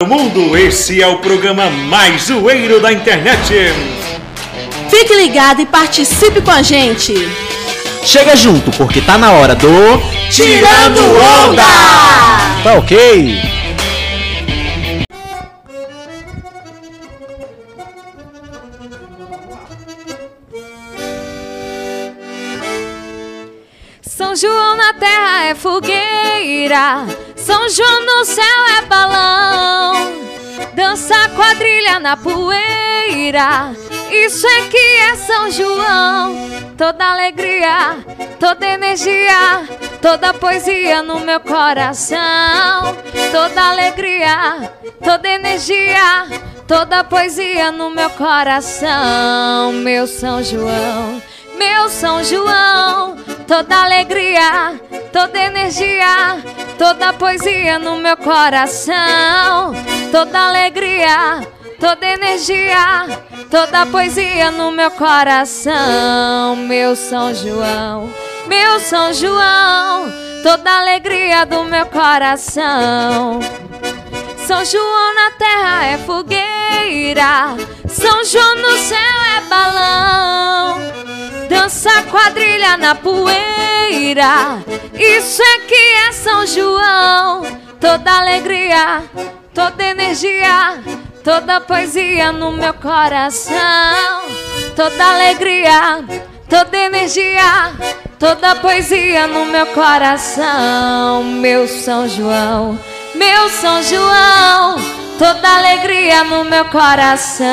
mundo, esse é o programa mais zoeiro da internet. Fique ligado e participe com a gente. Chega junto, porque tá na hora do Tirando Onda! Tá ok? São João na terra é fogueira, São João no céu é balão, dança quadrilha na poeira, isso é que é São João. Toda alegria, toda energia, toda poesia no meu coração. Toda alegria, toda energia, toda poesia no meu coração. Meu São João, meu São João. Toda alegria, toda energia, toda poesia no meu coração. Toda alegria, toda energia, toda poesia no meu coração. Meu São João, meu São João. Toda alegria do meu coração. São João na terra é fogueira, São João no céu é balão, dança quadrilha na poeira, isso é que é São João. Toda alegria, toda energia, toda poesia no meu coração. Toda alegria, toda energia, toda poesia no meu coração. Meu São João, meu São João. Toda alegria no meu coração.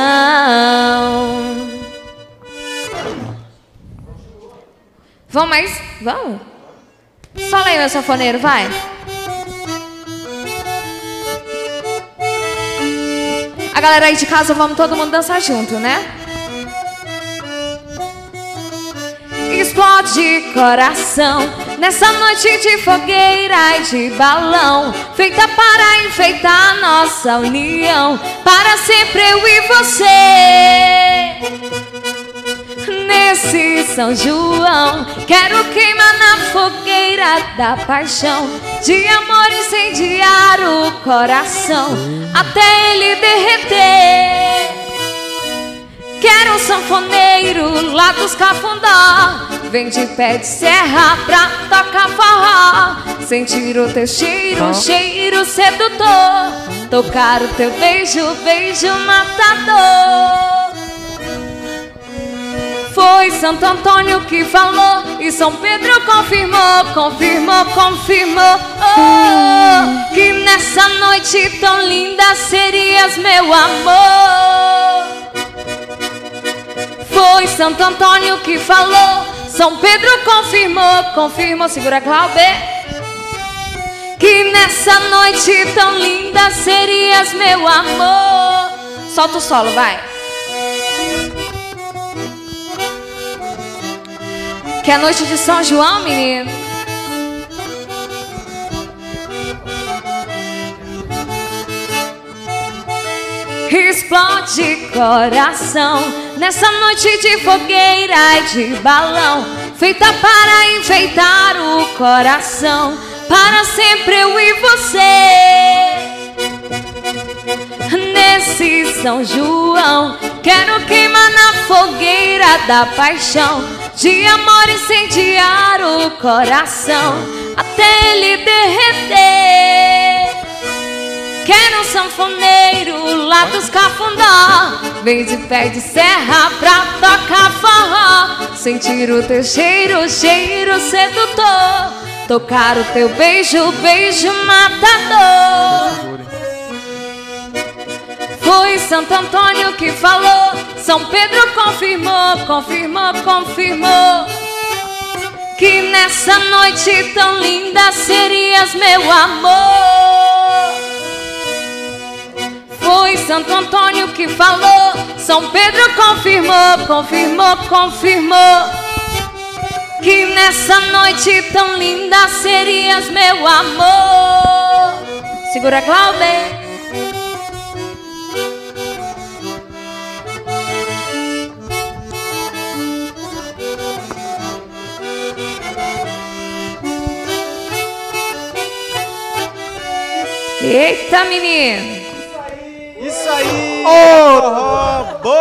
Vamos mais? Vamos? Sola aí, meu sanfoneiro, vai. A galera aí de casa, vamos todo mundo dançar junto, né? Explode coração nessa noite de fogueira e de balão, feita para enfeitar nossa união, para sempre eu e você. Nesse São João, quero queimar na fogueira da paixão, de amor incendiar o coração, até ele derreter. Quero um sanfoneiro lá dos Cafundó, vem de pé de serra pra tocar forró, sentir o teu cheiro, cheiro sedutor, tocar o teu beijo, beijo matador. Foi Santo Antônio que falou e São Pedro confirmou, confirmou, confirmou, oh, que nessa noite tão linda serias meu amor. Foi Santo Antônio que falou, São Pedro confirmou, confirmou, segura Glauber, que nessa noite tão linda serias meu amor. Solta o solo, vai. Que é a noite de São João, menino. Explode coração nessa noite de fogueira e de balão, feita para enfeitar o coração, para sempre eu e você. Nesse São João, quero queimar na fogueira da paixão, de amor incendiar o coração, até ele derreter. Quero um sanfoneiro lá dos Cafundó, vem de pé de serra pra tocar forró, sentir o teu cheiro, cheiro sedutor, tocar o teu beijo, beijo matador. Foi Santo Antônio que falou, São Pedro confirmou, confirmou, confirmou, que nessa noite tão linda serias meu amor. Foi Santo Antônio que falou, São Pedro confirmou, confirmou, confirmou, que nessa noite tão linda serias meu amor. Segura Glauber. Eita, menino!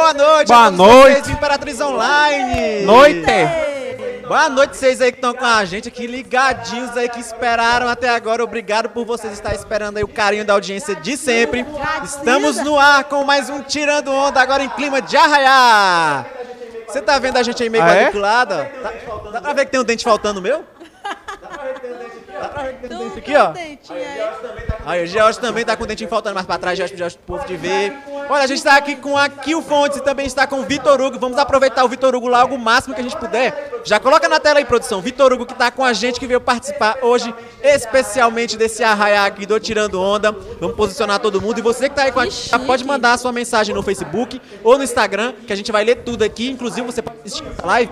boa noite. Boa noite. Vocês do Imperatriz Online. Noite. Boa noite vocês aí que estão com a gente aqui, ligadinhos aí, que esperaram até agora. Obrigado por vocês estarem esperando aí o carinho da audiência de sempre. Estamos no ar com mais um Tirando Onda, agora em clima de arraiar. Você tá vendo a gente aí meio quadriculada? Dá pra ver que tem um dente faltando meu? Dá pra ver que tem um dente aqui, ó. Aí, o George também tá com o dentinho faltando mais pra trás, George, pro povo te ver. Olha, a gente tá aqui com a Kill Fontes e também está com o Vitor Hugo. Vamos aproveitar o Vitor Hugo lá o máximo que a gente puder. Já coloca na tela aí, produção. Vitor Hugo que tá com a gente, que veio participar hoje, especialmente desse arraiar aqui do Tirando Onda. Vamos posicionar todo mundo. E você que tá aí com a gente, pode mandar a sua mensagem no Facebook ou no Instagram, que a gente vai ler tudo aqui. Inclusive, você pode assistir a live.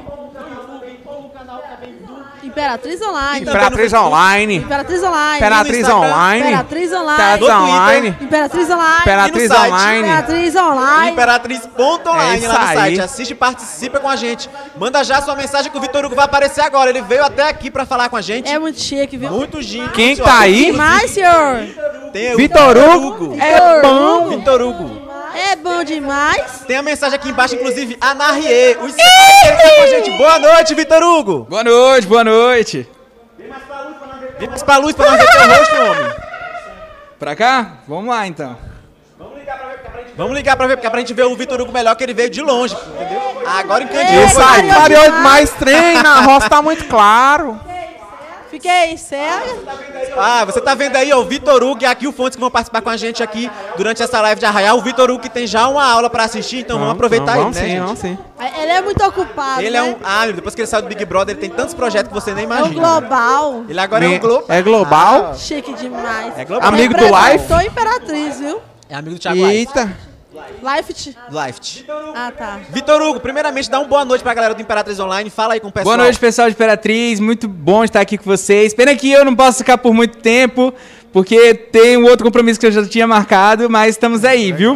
Imperatriz Online. Imperatriz Online. Imperatriz Online. Imperatriz Online. Imperatriz Online. Imperatriz Online. Imperatriz Online. Imperatriz Online. Imperatriz Online. Imperatriz.online É lá no isso site. aí. Assiste e participa com a gente. Manda já sua mensagem que o Vitor Hugo vai aparecer agora. Ele veio até aqui pra falar com a gente. É muito chique, viu? Muito giro. Quem tá aí? Demais, senhor. Tem o Vitor Hugo. É bom. Vitor Hugo. É bom demais. Tem a mensagem aqui embaixo, inclusive, a Narrie. O Skype ele tá com a gente. Boa noite, Vitor Hugo. Boa noite, boa noite. Vem mais pra luz pra nós ver teu rosto, homem. Pra cá? Vamos lá, então. Vamos ligar pra ver, porque é pra gente ver o Vitor Hugo melhor, que ele veio de longe, entendeu? Agora entendi. Isso aí, clareou demais, treina. A roça tá muito claro. Fiquei cega. Ah, você tá vendo aí, ó, o Vitor Hugo e a Kill Fontes que vão participar com a gente aqui durante essa live de arraial. O Vitor Hugo que tem já uma aula pra assistir, então vamos aproveitar vamos ele, né, sim, gente? vamos sim. Ele é muito ocupado, Ele é né? um... Ah, depois que ele saiu do Big Brother, ele tem tantos projetos que você nem É um imagina. global. Ele agora é um global. É global? Chique demais. É global. Amigo do Life? Sou Imperatriz, viu? É amigo do Thiago Life. Eita. Life. Ah, tá. Vitor Hugo, primeiramente, dá uma boa noite pra galera do Imperatriz Online. Fala aí com o pessoal. Boa noite, pessoal de Imperatriz. Muito bom estar aqui com vocês. Pena que eu não posso ficar por muito tempo, porque tem um outro compromisso que eu já tinha marcado, mas estamos aí, viu?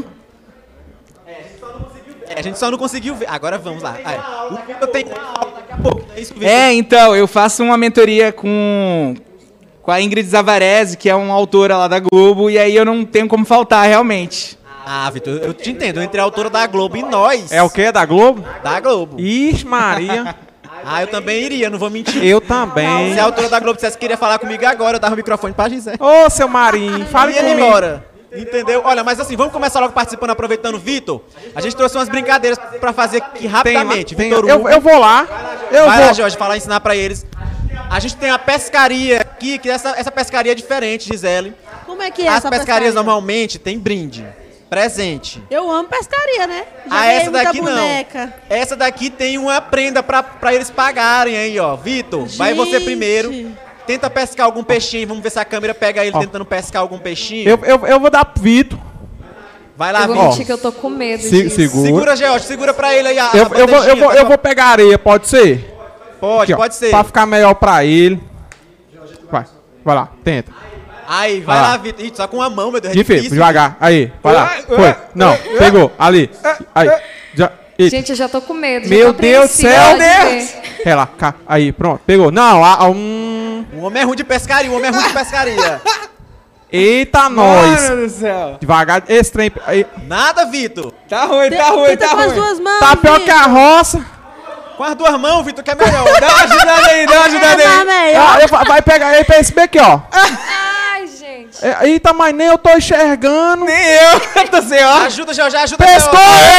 A gente só não conseguiu ver. Agora vamos lá. O Vitor tem aula daqui a pouco. É isso, Vitor? Então, eu faço uma mentoria com a Ingrid Zavarese, que é uma autora lá da Globo, e aí eu não tenho como faltar, realmente. Ah, Vitor, eu te entendo. Entre a autora da Globo e nós. É o quê? Da Globo? Da Globo. Ixi, Maria. Ah, eu também iria, não vou mentir. Eu também. Se a autora da Globo dissesse que queria falar comigo agora, eu dava o microfone pra Gisele. Ô, seu Marinho, fale E ele comigo. embora. Entendeu? Olha, mas assim, vamos começar logo participando, aproveitando o Vitor. A gente trouxe umas brincadeiras pra fazer aqui rapidamente. Vitor Hugo. Eu vou lá. Vai lá, Jorge, falar, ensinar pra eles. A gente tem a pescaria aqui, que essa pescaria é diferente, Gisele. Como é que é As essa pescarias pescaria? normalmente tem brinde, presente. Eu amo pescaria, né? Já Ah, ganhei essa muita daqui boneca. não. Essa daqui tem uma prenda pra eles pagarem aí, ó. Vitor, vai você Gente. primeiro. Tenta pescar algum peixinho, vamos ver se a câmera pega ele Ó. tentando pescar algum peixinho. Eu vou dar pro Vitor. Vai lá, Eu vou Vitor. mentir que eu tô com medo disso. Segura. Segura, George, segura pra ele aí a Eu vou pegar areia, pode ser? Pode, Aqui, ó, pode ser. Pra ficar melhor pra ele. Vai lá, tenta. Aí, vai Vai lá, lá. Vitor. Ih, só com uma mão, meu Deus, é Difícil, difícil. devagar. Aí, vai lá. Foi. Não, pegou. Ali. Aí. Já. Eita. Gente, eu já tô com medo. Meu já tô Deus do céu, apreensiva de ver. Relaxa. Aí, pronto. Pegou. Não, O homem é ruim de pescaria, o homem é ruim de pescaria. Eita, nós. Mano do céu. Devagar. Esse trem. Aí. Tá ruim, tá ruim, Tenta tá com as ruim. duas mãos, Tá pior que a roça. Com as duas mãos, Vitor, que é melhor. Dá uma ajudada aí, dá uma ajudada Tá aí. melhor. Vai pegar aí pra esse bem aqui, ó. Ai, gente. Eita, mas nem eu tô enxergando. Nem eu, tô sem ó. Ajuda, George, ajuda, Pescou!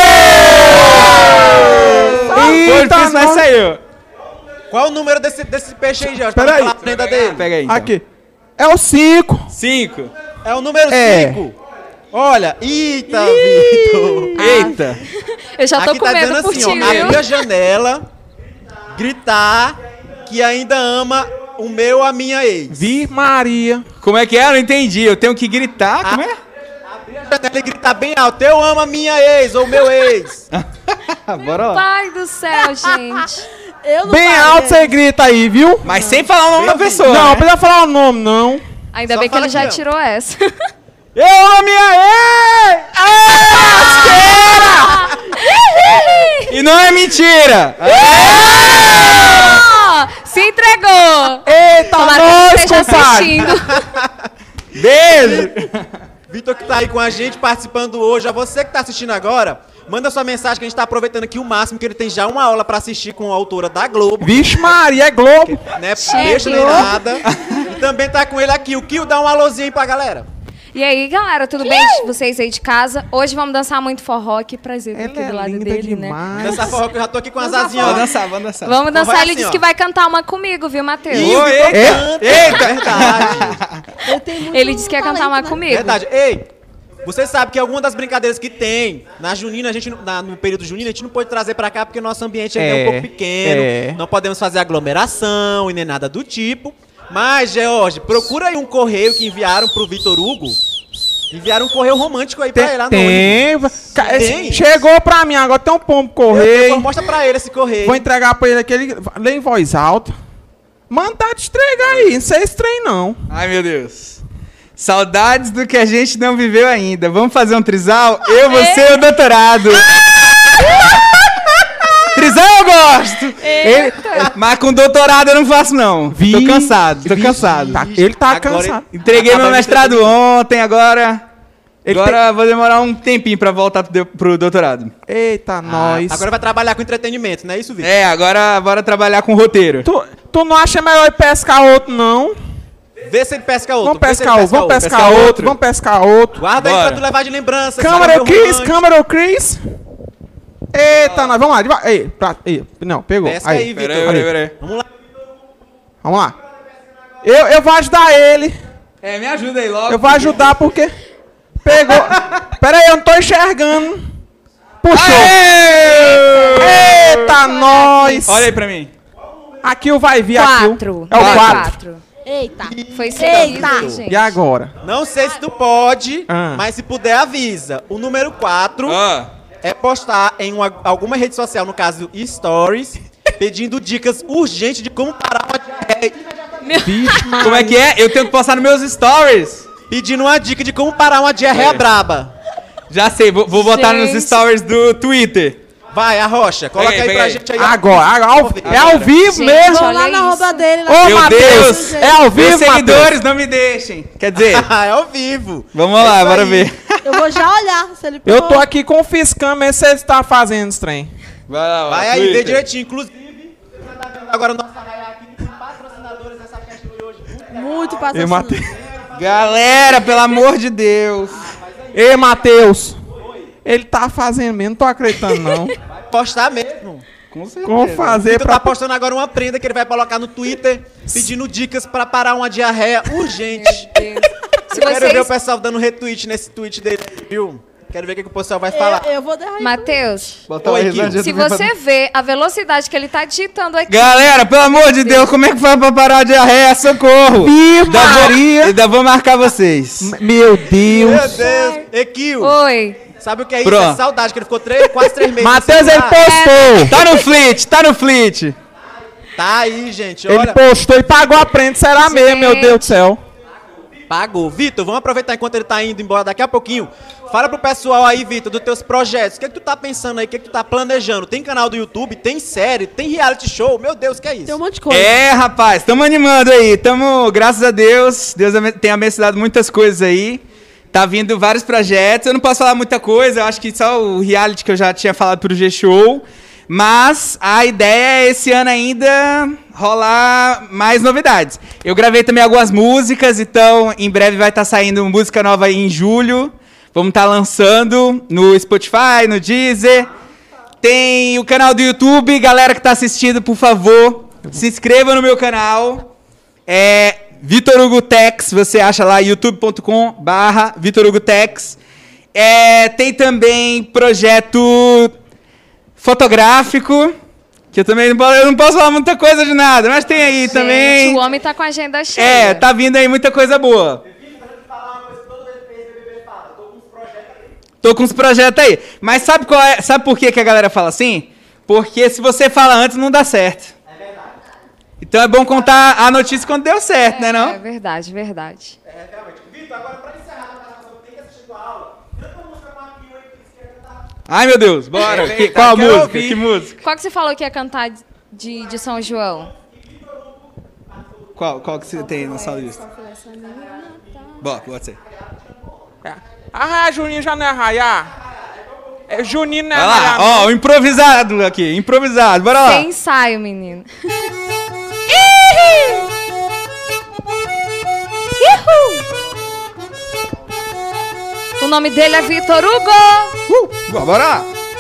George. Foi Eita, difícil, mas não. saiu. Qual é o número desse peixe aí, George? Pera Pra aí. falar a prenda dele. Pega aí, então. Aqui. É o 5. 5. É o número É. 5. Olha, eita, Vitor. Eita. Eu já tô Aqui com tá medo dizendo por assim, ti, ó, viu? abrir a janela, gritar que ainda ama o meu, a minha ex. Vi Maria. Como é que é? Eu não entendi. Eu tenho que gritar? Como é? Abrir a janela e gritar bem alto, eu amo a minha ex ou meu ex. Bora lá. Pai do céu, gente. Eu não Bem parei. alto você grita aí, viu? Mas sem falar o nome da Bem pessoa. Não, né? não precisa falar o nome, não. Ainda Só bem que fala ele já aqui, ó. tirou essa. Eu amo a minha ex! E não é mentira. Ó, se entregou. Eita, Tomara que nós, ele esteja compadre! assistindo. Beijo. Vitor que tá aí com a gente participando hoje, a você que tá assistindo agora, Manda sua mensagem que a gente tá aproveitando aqui o máximo, que ele tem já uma aula pra assistir com a autora da Globo. Vixe Maria, é Globo. Né? Beijo nem nada. E também tá com ele aqui. O Kio, dá um alôzinho aí pra galera. E aí, galera, tudo bem? Vocês aí de casa? Hoje vamos dançar muito forró aqui, prazer aqui do lado dele, né? Dançar forró que eu já tô aqui com as asinhas. Vamos dançar, vamos dançar. Vamos dançar, vai ele assim, disse ó. que vai cantar uma comigo, viu, Matheus? Eita! Verdade. Eu tenho muito Ele disse que ia cantar uma talento, né? comigo. Verdade. Ei, você sabe que alguma das brincadeiras que tem na junina, a gente, no período junino, a gente não pode trazer pra cá porque o nosso ambiente ainda é um pouco pequeno. Não podemos fazer aglomeração e nem nada do tipo. Mas, George, procura aí um correio que enviaram pro Vitor Hugo. Enviaram um correio romântico aí pra ele lá no ônibus. Tem. Chegou pra mim, agora tem um pombo Depois correio. mostra pra ele esse correio. Vou entregar pra ele aquele. Lê em voz alta. Manda te entregar aí, não sei esse trem não. Ai, meu Deus. Saudades do que a gente não viveu ainda. Vamos fazer um trisal? Eu, você e o doutorado. Trisal eu gosto. Mas com doutorado eu não faço, não. Tô cansado. Ele tá Agora cansado. Entreguei meu mestrado ontem, agora... Ele Agora vou demorar um tempinho pra voltar pro doutorado. Eita, nós. Agora vai trabalhar com entretenimento, não é isso, Vitor? É, agora bora trabalhar com roteiro. Tu não acha melhor ir pescar outro, não? Vê se ele pesca outro. Vamos pescar outro, vamos pescar outro, vamos pescar outro. Guarda aí Bora. pra tu levar de lembrança. Câmera, Chris. Eita, nós, vamos lá. Ei, não, pegou. Pesca aí, Vitor. Peraí. Vamos lá. Vamos lá. Eu vou ajudar ele. É, me ajuda aí logo. Eu vou ajudar porque... Pegou. Pera aí, eu não tô enxergando. Puxou. Eita, nós. Olha aí pra mim. Aqui o vai vir, aqui. 4. É o 4. Eita. Foi seguido, Eita. hein, gente? E agora? Não sei se tu pode, Ah. mas se puder avisa. O número 4 é postar em alguma rede social, no caso Stories, pedindo dicas urgentes de como parar uma diarreia. Como é que é? Eu tenho que postar nos meus stories. Pedindo uma dica de como parar uma diarreia braba. Já sei, vou botar nos Gente. stories do Twitter. Vai, Arrocha, coloca Peguei, aí pra peguei. gente aí. Agora, é ao vivo Gente, mesmo. Vou olha lá na isso. roupa dele. Ô, Meu Matheus, Deus. é ao Meus vivo, seguidores Matheus. não me deixem. Quer dizer, É ao vivo. vamos lá, Isso bora aí. ver. Eu vou já olhar se ele Eu pegou. tô aqui confiscando, mas você tá fazendo esse trem. Vai lá, Vai aí, vê direitinho. Inclusive, você tá vendo agora o nosso arraial aqui com patrocinadores dessa festa de hoje. Muito Ei, patrocínio. Matheus. Galera, pelo amor de Deus. Ei, Matheus. Ele tá fazendo mesmo, não tô acreditando, não. Postar mesmo. Com certeza. Como fazer Tu pra... tá postando agora uma prenda que ele vai colocar no Twitter pedindo dicas pra parar uma diarreia urgente. Se Quero ver o vocês... pessoal dando retweet nesse tweet dele, viu? Quero ver o que o pessoal vai falar. Eu vou derrubar. Matheus, Botar Oi, uma risadinha Kio. se do meu você vê a velocidade que ele tá digitando aqui... Galera, pelo amor de Deus, como é que faz pra parar a diarreia? Socorro! Ainda vou marcar vocês. Meu Deus. Meu Deus! Equio, Oi. sabe o que é isso? Pronto. É saudade, que ele ficou quase 3 meses. Matheus, sem ele celular. postou. Tá no flit. Tá aí, gente, Ele olha. postou e pagou a prenda. Será mesmo, meu Deus do céu? Pagou. Vitor, vamos aproveitar enquanto ele tá indo embora daqui a pouquinho. Fala pro pessoal aí, Vitor, dos teus projetos. O que é que tu tá pensando aí? O que é que tu tá planejando? Tem canal do YouTube? Tem série? Tem reality show? Meu Deus, o que é isso? Tem um monte de coisa. É, rapaz, tamo animando aí. Graças a Deus, Deus tem abençoado muitas coisas aí. Tá vindo vários projetos. Eu não posso falar muita coisa, eu acho que só o reality que eu já tinha falado pro G-Show. Mas a ideia é esse ano ainda rolar mais novidades. Eu gravei também algumas músicas, então em breve vai estar saindo música nova aí em julho. Vamos estar lançando no Spotify, no Deezer. Tem o canal do YouTube. Galera que tá assistindo, por favor, se inscreva no meu canal. É Vitor Hugo Tex, você acha lá youtube.com/Vitor Hugo Tex. Tem também projeto fotográfico, que eu não posso falar muita coisa de nada, mas tem aí Gente, também. o homem tá com a agenda cheia. Tá vindo aí muita coisa boa. Tô com uns projetos aí. Mas sabe por que a galera fala assim? Porque se você fala antes, não dá certo. É verdade. Então é bom contar a notícia quando deu certo, né não? É verdade, verdade. Realmente. Vitor, agora pra encerrar a gravação, tem que assistir tua aula. Canta uma música com a Kio aí que eles querem cantar. Ai, meu Deus, bora. Qual a música? Que música? Qual que você falou que ia cantar de São João? Qual que você tem na sua lista? Bora, pode ser. Ah, Juninho já não é arraiar? É Junino, né? Vai lá, ó, o improvisado aqui, improvisado, bora lá. Sem ensaio, menino. O nome dele é Vitor Hugo. Bora lá.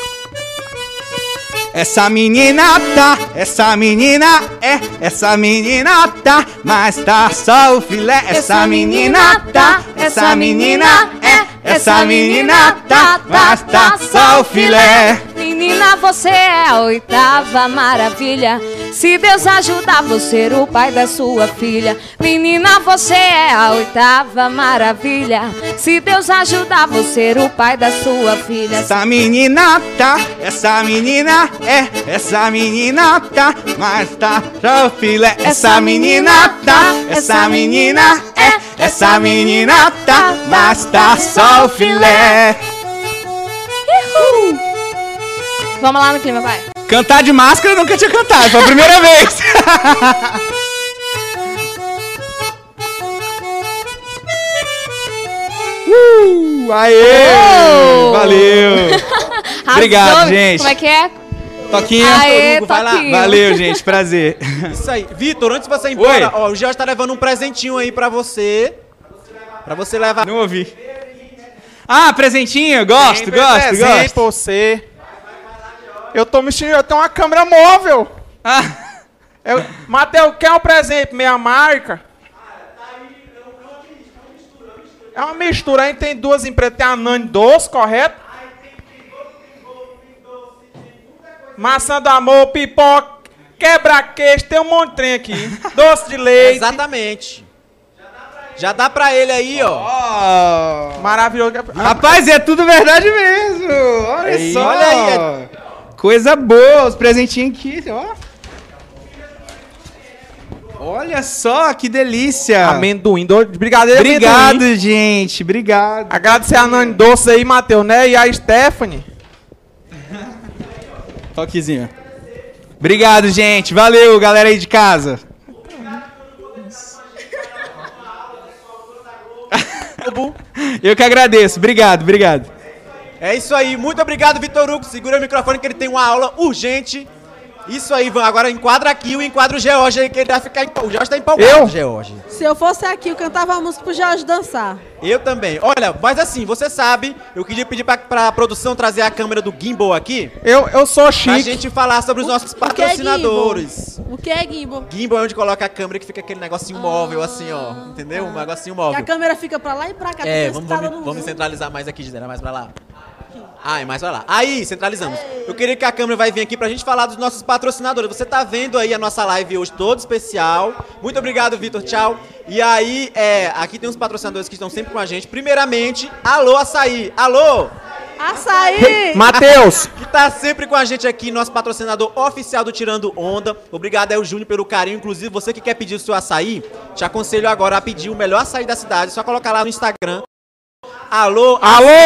Essa menina tá, essa menina tá, mas tá só o filé. Essa menina tá, essa menina essa menina tá, mas tá só o filé. Menina, você é a 8ª maravilha. Se Deus ajudar, vou ser o pai da sua filha. Menina, você é a 8ª maravilha. Se Deus ajudar, vou ser o pai da sua filha. Essa menina tá, essa menina tá, mas tá só o filé. Essa menina tá, essa menina tá, mas tá só o filé. Vamos lá no clima, vai. Cantar de máscara eu nunca tinha cantado, foi a primeira vez. Aê! Oh! Valeu! Obrigado, Arrasou. gente. Como é que é? Toquinha. Aê, Hugo, vai lá. Toquinho. Valeu, gente, prazer. Isso aí. Vitor, antes de você ir embora, Oi. ó, o Jorge tá levando um presentinho aí pra você. Pra você levar. Não ouvi. Ah, presentinho, gosto. Presente pra você. Eu tô me sentindo, eu tenho uma câmera móvel. Ah, Matheus, quer um presente, minha marca? É uma mistura, aí tem duas empresas, tem a Nani Doce, correto? Maçã do amor, pipoca, quebra-queixo, tem um monte de trem aqui. Doce de leite. Exatamente. Já dá pra ele aí, ó. ó. Maravilhoso. Rapaz, é tudo verdade mesmo. Olha Aí, só. olha aí. Coisa boa, os presentinhos aqui, ó. Olha só, que delícia. Amendoim, doce de brigadeiro. Obrigado, amendoim. gente. Obrigado. Agradecer a Nani Doce aí, Matheus, né? E a Stephanie. Toquezinho. Obrigado, gente. Valeu, galera aí de casa. Eu que agradeço. Obrigado, obrigado. É isso aí. Muito obrigado, Vitor Hugo. Segura o microfone que ele tem uma aula urgente. Isso aí, Ivan. Agora enquadra aqui o enquadro George aí, que ele vai ficar empolgado. O George tá empolgado, Eu? George. Se eu fosse aqui, eu cantava a música pro Jorge dançar. Eu também. Olha, mas assim, você sabe, eu queria pedir pra produção trazer a câmera do Gimbal aqui, Eu sou pra chique. gente falar sobre os nossos O que é patrocinadores. O que é gimbal? Gimbal é onde coloca a câmera que fica aquele negocinho móvel, assim, ó. Entendeu? Um negocinho Que a móvel. câmera fica pra lá e pra cá. É, tu vamos centralizar mais aqui, Gisela, mais pra lá. Ah, é mais pra lá. Aí, centralizamos. Eu queria que a câmera vai vir aqui pra gente falar dos nossos patrocinadores. Você tá vendo aí a nossa live hoje todo especial. Muito obrigado, Vitor. Tchau. E aí, aqui tem uns patrocinadores que estão sempre com a gente. Primeiramente, Alô Açaí. Alô! Açaí! Matheus. Que tá sempre com a gente aqui, nosso patrocinador oficial do Tirando Onda. Obrigado aí, o Júnior, pelo carinho. Inclusive, você que quer pedir o seu açaí, te aconselho agora a pedir o melhor açaí da cidade. Só colocar lá no Instagram. Alô!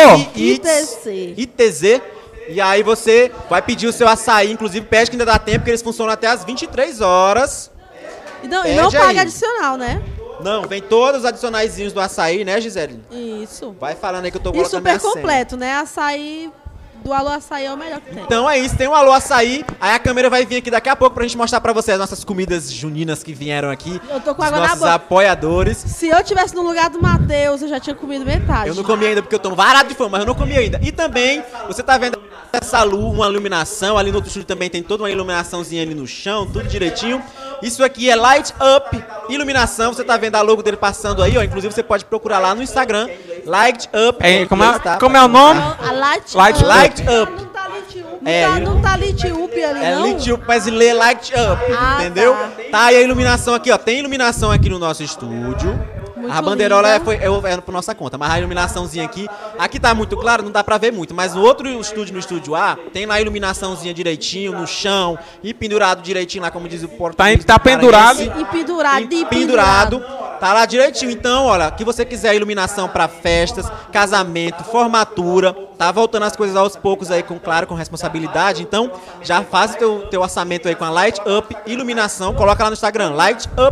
ITZ. ITZ. E aí você vai pedir o seu açaí. Inclusive, pede que ainda dá tempo, porque eles funcionam até as 23 horas. E não Pede paga aí. adicional, né? Não, vem todos os adicionaizinhos do açaí, né, Gisele? Isso. Vai falando aí que eu tô E colocando super minha senha. completo, né? Açaí do Alô Açaí é o melhor que tem. Então é isso, tem um Alô Açaí. Aí a câmera vai vir aqui daqui a pouco pra gente mostrar pra vocês as nossas comidas juninas que vieram aqui. Eu tô com os água na nossos boca. apoiadores. Se eu tivesse no lugar do Matheus, eu já tinha comido metade. Eu não comi ainda porque eu tô varado de fome, mas eu não comi ainda. E também, você tá vendo essa luz, uma iluminação. Ali no outro estúdio também tem toda uma iluminaçãozinha ali no chão, tudo direitinho. Isso aqui é Light Up Iluminação. Você tá vendo a logo dele passando aí, ó. Inclusive você pode procurar lá no Instagram. Light Up. Como é o nome? A Light Light Up. Light Up. Não tá Lit Up, É, não tá Lit Up ali, É não? Lit Up, mas lê Light Up, Ah, entendeu? tá. Tá aí a iluminação aqui, ó. Tem iluminação aqui no nosso estúdio. Muito A bandeirola linda. é por nossa conta, mas a iluminaçãozinha aqui... Aqui tá muito claro, não dá pra ver muito, mas no outro estúdio, no estúdio A, tem lá a iluminaçãozinha direitinho, no chão, e pendurado direitinho lá, como diz o português. Tá pendurado. E pendurado, e Pendurado. Tá lá direitinho. Então, olha, que você quiser iluminação pra festas, casamento, formatura, tá voltando as coisas aos poucos aí, com responsabilidade. Então, já faz o teu orçamento aí com a Light Up Iluminação. Coloca lá no Instagram, Light Up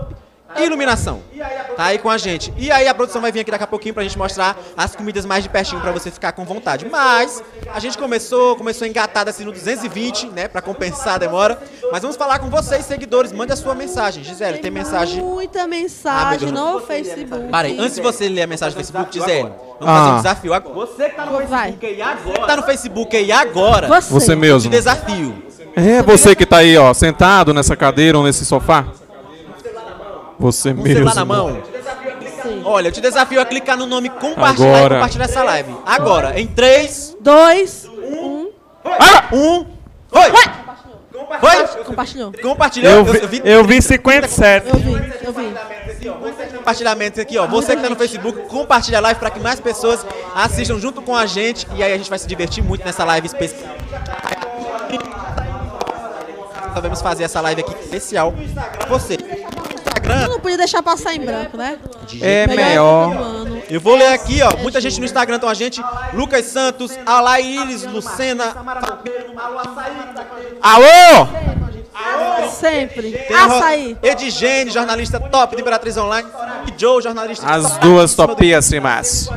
iluminação. Tá aí com a gente. E aí a produção vai vir aqui daqui a pouquinho pra gente mostrar as comidas mais de pertinho pra você ficar com vontade. Mas a gente começou engatado assim no 220, né, pra compensar a demora. Mas vamos falar com vocês, seguidores. Mande a sua mensagem. Gisele, tem mensagem? Muita mensagem no Facebook. Parei, antes de você ler a mensagem do Facebook, Gisele, vamos fazer um desafio agora. Você que tá no Facebook aí agora. Tá no Facebook aí agora. Você Eu te mesmo. desafio. É você que tá aí, ó, sentado nessa cadeira ou nesse sofá. Você Com o celular na mesmo. mão. Olha, eu te desafio a clicar no nome compartilhar Agora. e compartilhar essa live. Agora, em 3, 2, 1. 1, foi! Foi? Compartilhou. Compartilhou. Eu vi 57. Eu vi. Compartilhamento aqui, ó. Você que tá no Facebook, compartilha a live para que mais pessoas assistam junto com a gente. E aí a gente vai se divertir muito nessa live especial. Vamos fazer essa live aqui especial pra você. Instagram. Não podia deixar passar em branco, né? É Melhor melhor. do ano. Eu vou ler aqui, ó. Muita gente no Instagram com a gente. Lucas Santos, Alaíris, Lucena. Alô? Sempre. Tem a Açaí. Edigene, jornalista top do Imperatriz Online. E Joe, jornalista As duas topíssimas.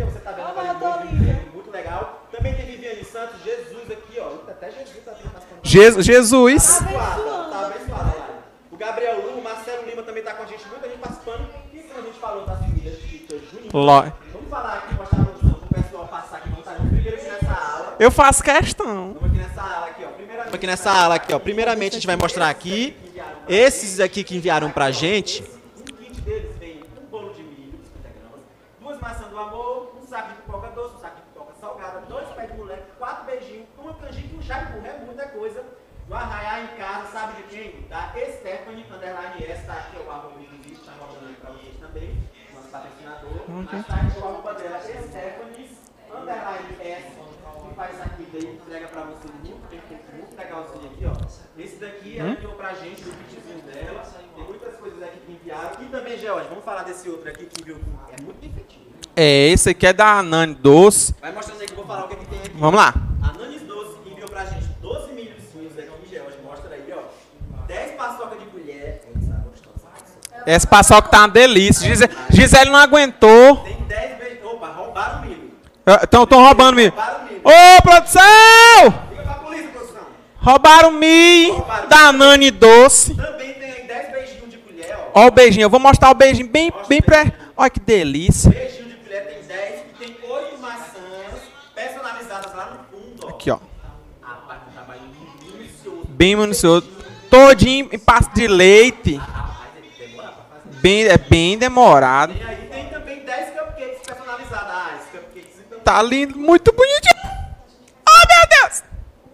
Muito legal. Também tem Viviane Santos, Jesus aqui, ó. Até Jesus tá participando. Jesus. Tá abençoado lá. O Gabriel Lu, o Marcelo Lima também tá com a gente. Muita gente participando. E como a gente falou das famílias de Juninho. Vamos falar aqui, mostrar a produção pro pessoal passar aqui. Vamos estar primeiro aqui nessa aula. Eu faço questão. Vamos aqui nessa ala aqui, ó. Primeiramente a gente vai mostrar aqui esses aqui que enviaram pra gente. No kit deles vem um bolo de milho, 50 gramas, 2 maçãs do amor, um saco de pipoca doce, um saco de pipoca salgada, 2 pés de moleque, 4 beijinhos, uma canjica e um chá de burro. É muita coisa. Do Arraiar em casa, sabe de quem? Da Stephanie, _S, tá aqui o arroba do vídeo, tá rodando aí pra vocês também. Nosso patrocinador. Mas tá aqui o arroba dela, Stephanie, _S, que faz essa aqui daí, entrega pra vocês muito legalzinho aqui, ó. Esse daqui ela enviou pra gente, o kitzinho dela. Tem muitas coisas aqui que enviaram. E também, George, vamos falar desse outro aqui que enviou. É muito efetivo. É, esse aqui é da Nani Doce. Vai mostrando aí que eu vou falar o que tem aqui. Vamos lá. A Nanis Doce enviou pra gente 12 milhozinhos aqui, George. Mostra aí, ó. 10 paçoca de colher. Esse paçoca tá uma delícia. Gisele não aguentou. Tem 10 beijos. Opa, roubaram o milho. Estão roubando milho. Roubaram o milho. Ô, produção! Liga pra polícia, produção. Roubaram milho da Nani Doce. Também tem aí 10 beijinhos de colher, ó. Ó o beijinho. Eu vou mostrar o beijinho bem pré... Olha que delícia. Beijinho de colher tem 10 e tem 8 maçãs personalizadas lá no fundo, ó. Aqui, ó. Rapaz, um trabalho minucioso. Bem minucioso. Todinho em pasta de leite. Bem demorado. E aí tem também 10 cupcakes personalizados. Ah, esses cupcakes então. Tá lindo, muito bonitinho. Oh, meu Deus.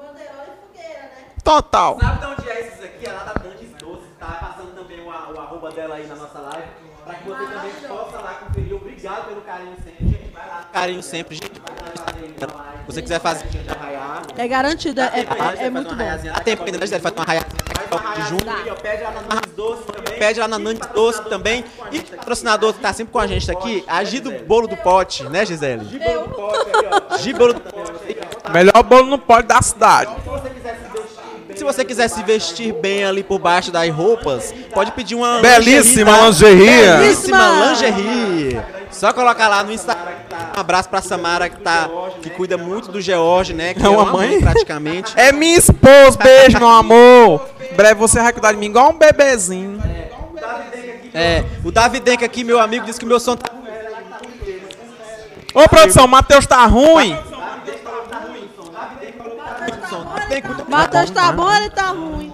Total. Sabe de onde é esses aqui? É lá da Dantes Doce. Tá passando também o arroba dela aí na nossa live. Pra que você também possa lá conferir. Obrigado pelo carinho sempre. Gente, vai lá. Carinho sempre, gente. Se você quiser fazer de arraiar. É garantido, é muito bom. Há tempo ainda, né, Gisele? Faz uma arraiazinha de junho. Pede lá na Nanis Doce também. Pede lá na Nanis Doce também. E o patrocinador que tá sempre com a gente aqui, a Gi do Bolo do Pote, né, Gisele? Gi Bolo do Pote aí, ó. Gi Bolo do Pote. Melhor bolo no pódio da cidade. Se você quiser se vestir bem ali por baixo das roupas, pode pedir uma Belíssima lingerie, lingerie. tá? Belíssima lingerie. Só colocar lá no Instagram. Um abraço pra Samara, que cuida muito do George, né? Que É uma mãe? praticamente. É minha esposa, beijo, meu amor. Em breve você vai cuidar de mim igual um bebezinho. O Davidenka aqui, meu amigo, disse que o meu som tá... Ô, produção, o Matheus tá ruim. Matheus tá bom, ele tá ruim.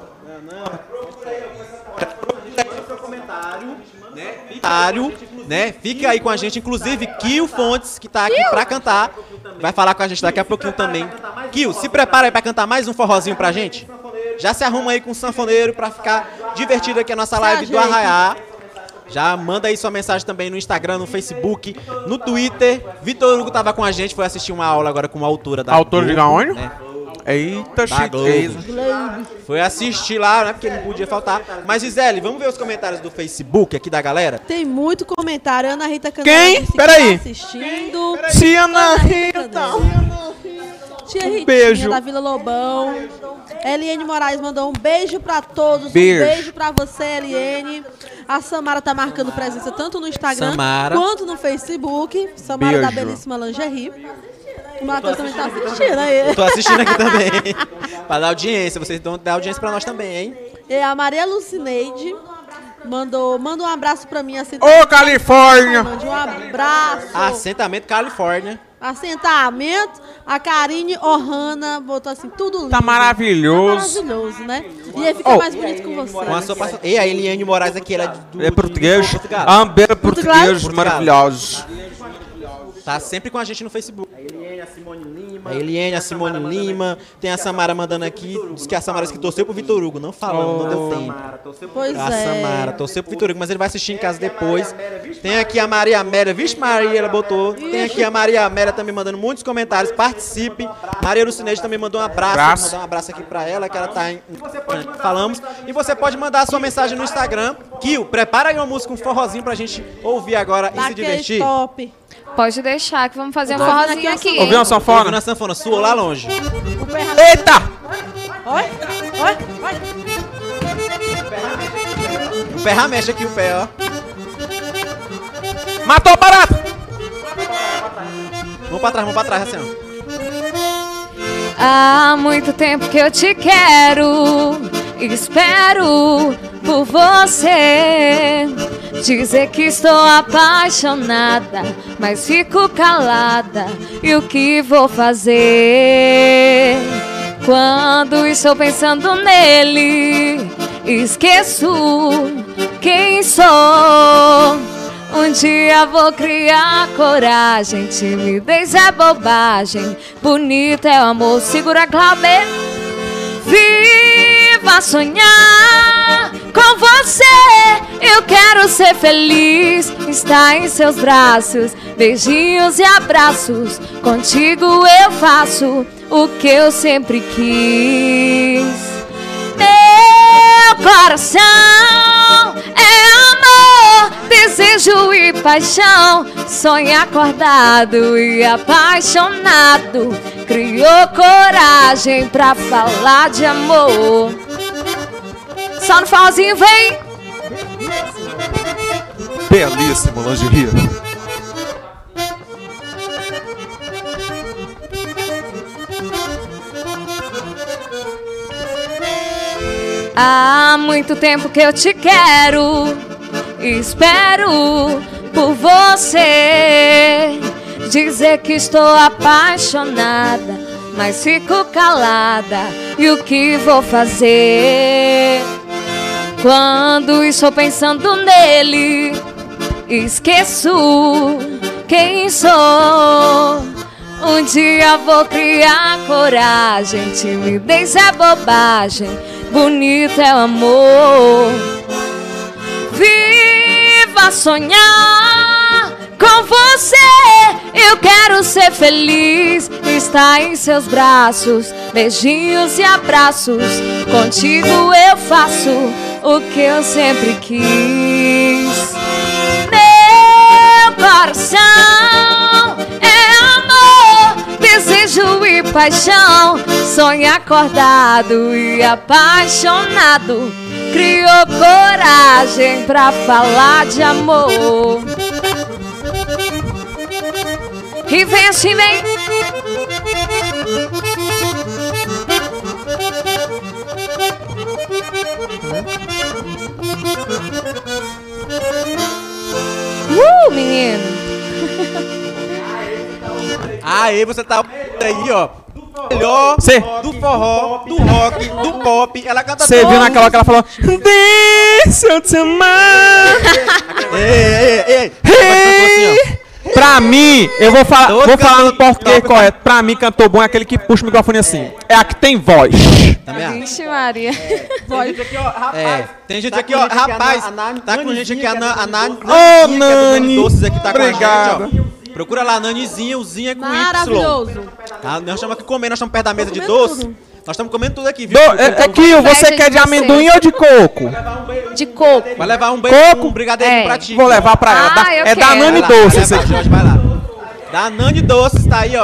Né? Fica aí com a gente, inclusive Kio Fontes, que tá aqui pra cantar, vai falar com a gente daqui a pouquinho também. Kio, se prepara aí pra cantar mais um forrozinho pra gente. Já se arruma aí com o sanfoneiro pra ficar divertido aqui a nossa live do Arraiá. Já manda aí sua mensagem também no Instagram, no Facebook, no Twitter. Vitor Hugo tava com a gente, foi assistir uma aula agora com a autora da Autora de Globo, Gaônio? né? Eita, Da chiqueza. Foi assistir lá, né? Porque não podia faltar. Mas, Gisele, vamos ver os comentários do Facebook aqui da galera? Tem muito comentário. Ana Rita Canal Quem? disse que Peraí. tá assistindo. Tia Ana Rita. Tia Ritinha beijo. da Vila Lobão. Eliane Moraes mandou um beijo pra todos. Beijo. Um beijo pra você, Eliane. A Samara tá marcando presença tanto no Instagram Samara. quanto no Facebook. Samara da Beijo. Belíssima Lingerie. O Matheus também tá assistindo aí. Tô assistindo aqui também. Pra dar audiência. Vocês vão dar audiência pra nós também, hein? E a Maria Lucineide manda um abraço pra mim. Ô, Califórnia! Mande um abraço. Assentamento Califórnia. Assentamento. A Karine Ohana botou assim, tudo lindo. Tá maravilhoso. Tá maravilhoso, né? E aí fica mais bonito com você. Com a sua parceira. E a Eliane Moraes aqui, ela é É português? Portugal. Ambeira Portugal? português, maravilhosos. Tá sempre com a gente no Facebook. A Eliane, a Simone Lima. Tem a Samara mandando aqui. Diz que a Samara que torceu pro Vitor Hugo. Não falando, não deu tempo. Pois A é. Samara torceu pro Vitor Hugo, mas ele vai assistir em casa depois. Tem aqui a Maria Amélia. Vixe, Maria, ela botou. Tem aqui a Maria Amélia também mandando muitos comentários. Participe. Maria Lucineide também mandou um abraço. Vou mandar um abraço aqui pra ela, que ela tá em... Falamos. E você pode mandar a sua mensagem no Instagram. Kio, prepara aí uma música, um forrozinho pra gente ouvir agora e se Daquele divertir. top. Pode deixar que vamos fazer um Tô forrozinho ouvindo aqui aqui. a Ouviu uma Ouvindo sanfona? a sanfona sua lá longe. Eita! Oi? Oi? Oi? O pé já mexe aqui, o pé, ó. Matou o barato! Vamos pra trás, assim, ó. Há muito tempo que eu te quero, espero por você. Dizer que estou apaixonada, mas fico calada. E o que vou fazer? Quando estou pensando nele, esqueço quem sou. Um dia vou criar coragem, timidez é bobagem, bonito é o amor, segura Glauber. Viva sonhar com você, eu quero ser feliz, estar em seus braços, beijinhos e abraços, contigo eu faço o que eu sempre quis. Meu coração é amor, desejo e paixão, sonho acordado e apaixonado, criou coragem pra falar de amor. Só no forrozinho vem. Belíssimo, lingerie. Há muito tempo que eu te quero, espero por você. Dizer que estou apaixonada, mas fico calada. E o que vou fazer? Quando estou pensando nele, esqueço quem sou. Um dia vou criar coragem, timidez é bobagem, bonito é o amor. Viva sonhar com você, eu quero ser feliz, estar em seus braços, beijinhos e abraços, contigo eu faço o que eu sempre quis. Meu coração é amor, desejo e paixão, sonho acordado e apaixonado, criou coragem pra falar de amor. E vem assim, vem. Menino. Aí você tá aí, ó. Melhor Cê- do forró, do rock, do pop. Ela canta Você viu todos. naquela que ela falou: Deixa eu te amar. Ei. Hey. Pra mim, eu vou falar, Todo vou falar no cantor português toca- correto. Pra mim, cantor bom é aquele que puxa o microfone assim. É a que tem voz. Também acho. Vixe, Maria. Tem gente aqui, ó, rapaz, tá com gente aqui, a Nani. Ô, Nani Nani. Doces aqui tá com a Obrigado. gente, ó. Procura lá, Nanizinha, o Zinha com Y. Maravilhoso. Ah, nós estamos aqui comendo, nós estamos perto da mesa de comendo doce. tudo. Nós estamos comendo tudo aqui, viu? Kio, você Inveja quer de de amendoim ou de coco? De coco. Vai levar um beijo, Coco? um brigadeirinho É. pra ti. Vou levar pra ela. Ah, eu É da quero. Nani Vai lá, Doce vai esse levar, aqui. Jorge, vai lá. Da Nani Doces, tá aí, ó.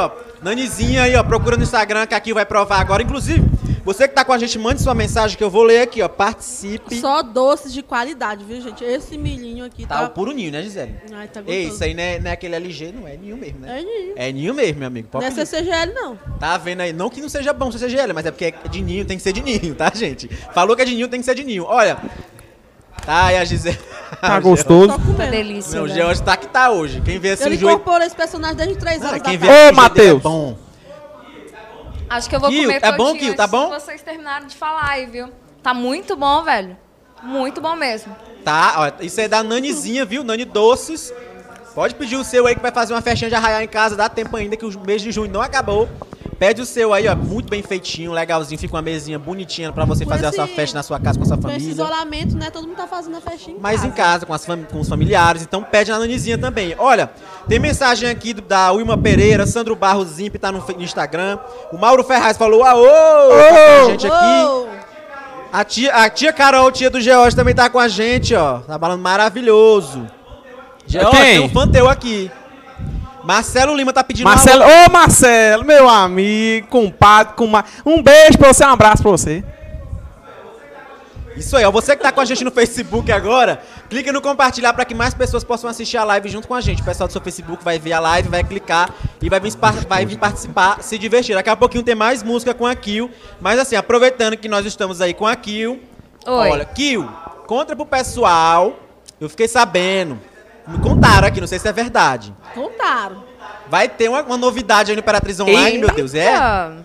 Nanizinha aí, ó, procura no Instagram que aqui vai provar agora. Inclusive, você que tá com a gente, mande sua mensagem que eu vou ler aqui, ó. Participe. Só doces de qualidade, viu, gente? Esse milhinho aqui Tá o puro ninho, né, Gisele? Ai, tá gostoso. Ei, isso aí não é aquele LG, não é ninho mesmo, né? É ninho. É ninho mesmo, meu amigo. Não Pode é pedir. CCGL, não. Tá vendo aí? Não que não seja bom CCGL, mas é porque é de ninho, tem que ser de ninho, tá, gente? Falou que é de ninho, tem que ser de ninho. Olha, tá aí a Gisele. Tá gostoso. Só Uma comendo. delícia. Meu, o né? George tá que tá hoje. Quem vê assim Ele o joelho... incorporou esse personagem desde 3 anos Quem da vê tarde. Ô, assim, o joelho dele é Matheus. bom. Acho que eu vou Kio, comer é bom, todinho Kio? Tá antes bom? de vocês terminarem de falar aí, viu? Tá muito bom, velho. Muito bom mesmo. Tá, ó, isso é da Nanizinha, viu? Nani Doces. Pode pedir o seu aí que vai fazer uma festinha de arraial em casa. Dá tempo ainda que o mês de junho não acabou. Pede o seu aí, ó, muito bem feitinho, legalzinho. Fica uma mesinha bonitinha pra você Com fazer a esse- sua festa na sua casa com a sua Com esse família. isolamento, né? Todo mundo tá fazendo a festinha Mas em casa, com os familiares. Então pede na Nanizinha também. Olha, tem mensagem aqui da Wilma Pereira, Sandro Barros Zimp, tá no Instagram. O Mauro Ferraz falou, aô! Tá com a gente aqui. Ô! A tia Carol, tia do George, também tá com a gente, ó. Tá falando maravilhoso. George, Quem? tem um fã teu aqui. Marcelo Lima tá pedindo Marcelo, alô. ô Marcelo, meu amigo, compadre, um beijo pra você, um abraço pra você. Isso aí, ó. Você que tá com a gente no Facebook agora, clica no compartilhar para que mais pessoas possam assistir a live junto com a gente. O pessoal do seu Facebook vai ver a live, vai clicar e vai vir participar, se divertir. Daqui a pouquinho tem mais música com a Kio. Mas assim, aproveitando que nós estamos aí com a Kio. Oi. Olha, Kio, conta pro pessoal. Eu fiquei sabendo. Me contaram aqui, não sei se é verdade. Contaram. Vai ter uma novidade aí no Imperatriz Online, meu Deus, é?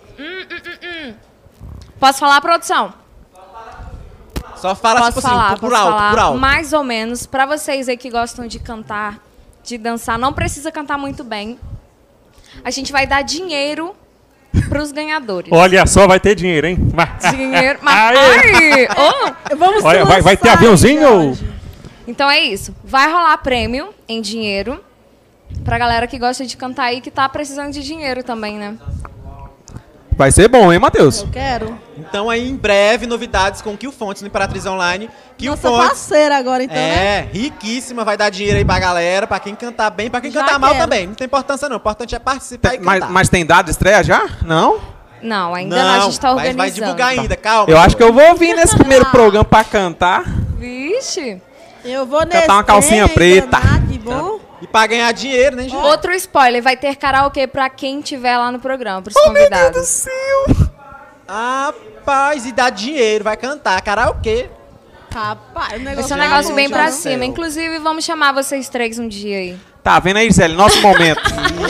Posso falar, produção? Só fala Posso tipo falar, assim, por posso alto, falar por alto. mais ou menos. Pra vocês aí que gostam de cantar, de dançar, não precisa cantar muito bem. A gente vai dar dinheiro pros ganhadores. Olha só, vai ter dinheiro, hein? Dinheiro. Mas, Aê! ai, oh. Vamos Olha, vai ter lançar, aviãozinho? Jorge. Então é isso. Vai rolar prêmio em dinheiro pra galera que gosta de cantar aí, que tá precisando de dinheiro também, né? Vai ser bom, hein, Matheus? Eu quero. Então aí, em breve, novidades com Kio Fontes no Imperatriz Online. Kio Nossa Fontes. parceira agora, então, né? É, riquíssima, vai dar dinheiro aí pra galera, pra quem cantar bem, pra quem Já cantar mal quero. também. Não tem importância não, o importante é participar e cantar. Mas tem dado de estreia já? Não? Não, ainda não, a gente tá mas organizando. vai divulgar ainda, calma. Eu acho que eu vou vir nesse primeiro programa pra cantar. Vixe. Eu vou nesse. Cantar uma calcinha trem, preta. danado, que bom. E pra ganhar dinheiro, né, gente? Outro spoiler, vai ter karaokê pra quem tiver lá no programa, pros convidados. céu! Rapaz, e dá dinheiro, vai cantar, karaokê. Rapaz, o Vai negócio ser um tá negócio bom, bem já. pra do cima. céu. Inclusive, vamos chamar vocês três um dia aí. Tá vendo aí, Gisele? Nosso momento.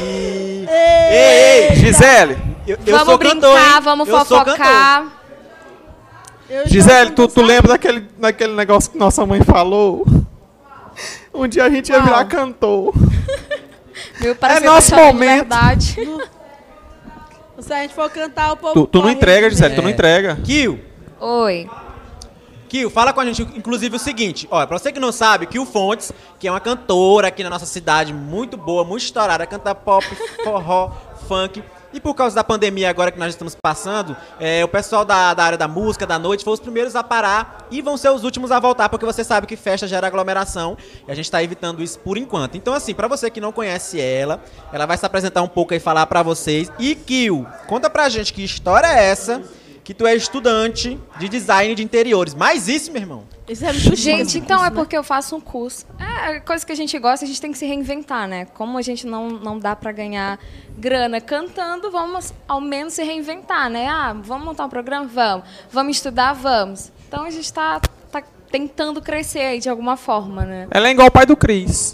Ei, Gisele, eu Vamos sou brincar, cantor, hein? vamos Eu sou cantor. fofocar. Eu já Gisele, tô tu lembra daquele negócio que nossa mãe falou? Um dia a gente ia Qual? virar cantor. Viu? Parece nosso que eu tô falando momento. verdade. Se a gente for cantar, o povo. Tu não corre entrega, de Gisele, medo. tu não entrega. Kio, Oi. Kio, fala com a gente, inclusive, o seguinte. Olha, pra você que não sabe, Kio Fontes, que é uma cantora aqui na nossa cidade, muito boa, muito estourada, canta pop, forró, funk. E por causa da pandemia agora que nós estamos passando, o pessoal da área da música, da noite, foi os primeiros a parar e vão ser os últimos a voltar, porque você sabe que festa gera aglomeração e a gente tá evitando isso por enquanto. Então, assim, pra você que não conhece ela vai se apresentar um pouco e falar pra vocês. E, Kio, conta pra gente que história é essa que tu é estudante de design de interiores. Mas isso, meu irmão. Isso é muito Gente, chique, então é né? porque eu faço um curso. É coisa que a gente gosta, a gente tem que se reinventar, né? Como a gente não dá pra ganhar grana cantando, vamos ao menos se reinventar, né? Ah, vamos montar um programa? Vamos. Vamos estudar? Vamos. Então a gente tá tentando crescer aí de alguma forma, né? Ela é igual o pai do Cris.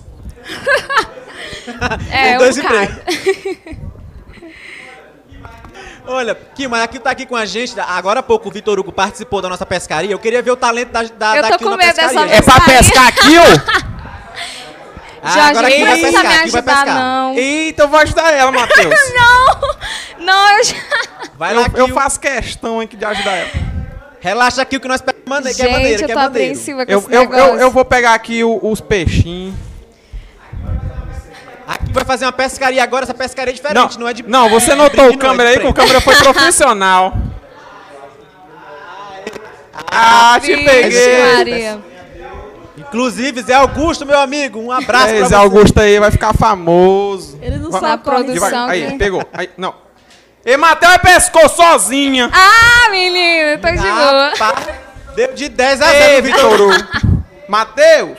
É, dois um cara. Olha, Kio, mas aqui tá aqui com a gente. Agora há pouco o Vitor Hugo participou da nossa pescaria. Eu queria ver o talento da Eu tô Kio com na medo dessa pescaria. É pra pescar aqui, ó? Agora Jorge, Kio não vai precisa pescar, me Kio vai ajudar, pescar. não. Eita, eu vou ajudar ela, Matheus. Não, eu já... Vai lá, Eu Kio. faço questão aqui de ajudar ela. Relaxa, Kio, que nós pegamos maneiro, que é Gente, maneiro, eu que é tô maneiro. apreensiva com Eu, esse eu, negócio. eu vou pegar aqui os peixinhos. Aqui vai fazer uma pescaria agora, essa pescaria é diferente, não é de... Não, você notou brinde, o câmera não, é aí, de que o prêmio. câmera foi profissional. Ah, te Vixe, peguei. Maria. Inclusive, Zé Augusto, meu amigo, um abraço pra Zé você. Augusto aí vai ficar famoso. Ele não Na sabe correr. produção. Aí, pegou. Aí, não. E Matheus pescou sozinha. Ah, menino, tô de boa. Rapaz, deu de 10 a Ei, 0, Vitor. Vitor Hugo. Matheus.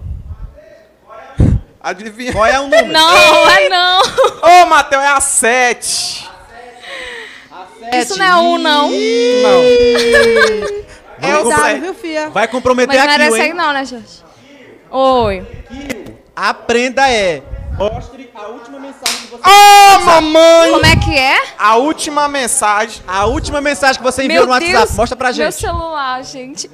Adivinha. Qual é o número? Não, é não. Ô, Matheus, é a 7. Isso não é um, não. Não. É o Cuidado, 7. viu, fia? Vai comprometer Mas não era aqui, essa aí hein? não, né, Jorge? Oi. Aprenda mostre a última mensagem que você... Ô, mamãe. Como é que é? A última mensagem. A última mensagem que você enviou no WhatsApp. Mostra pra Meu gente. celular, gente.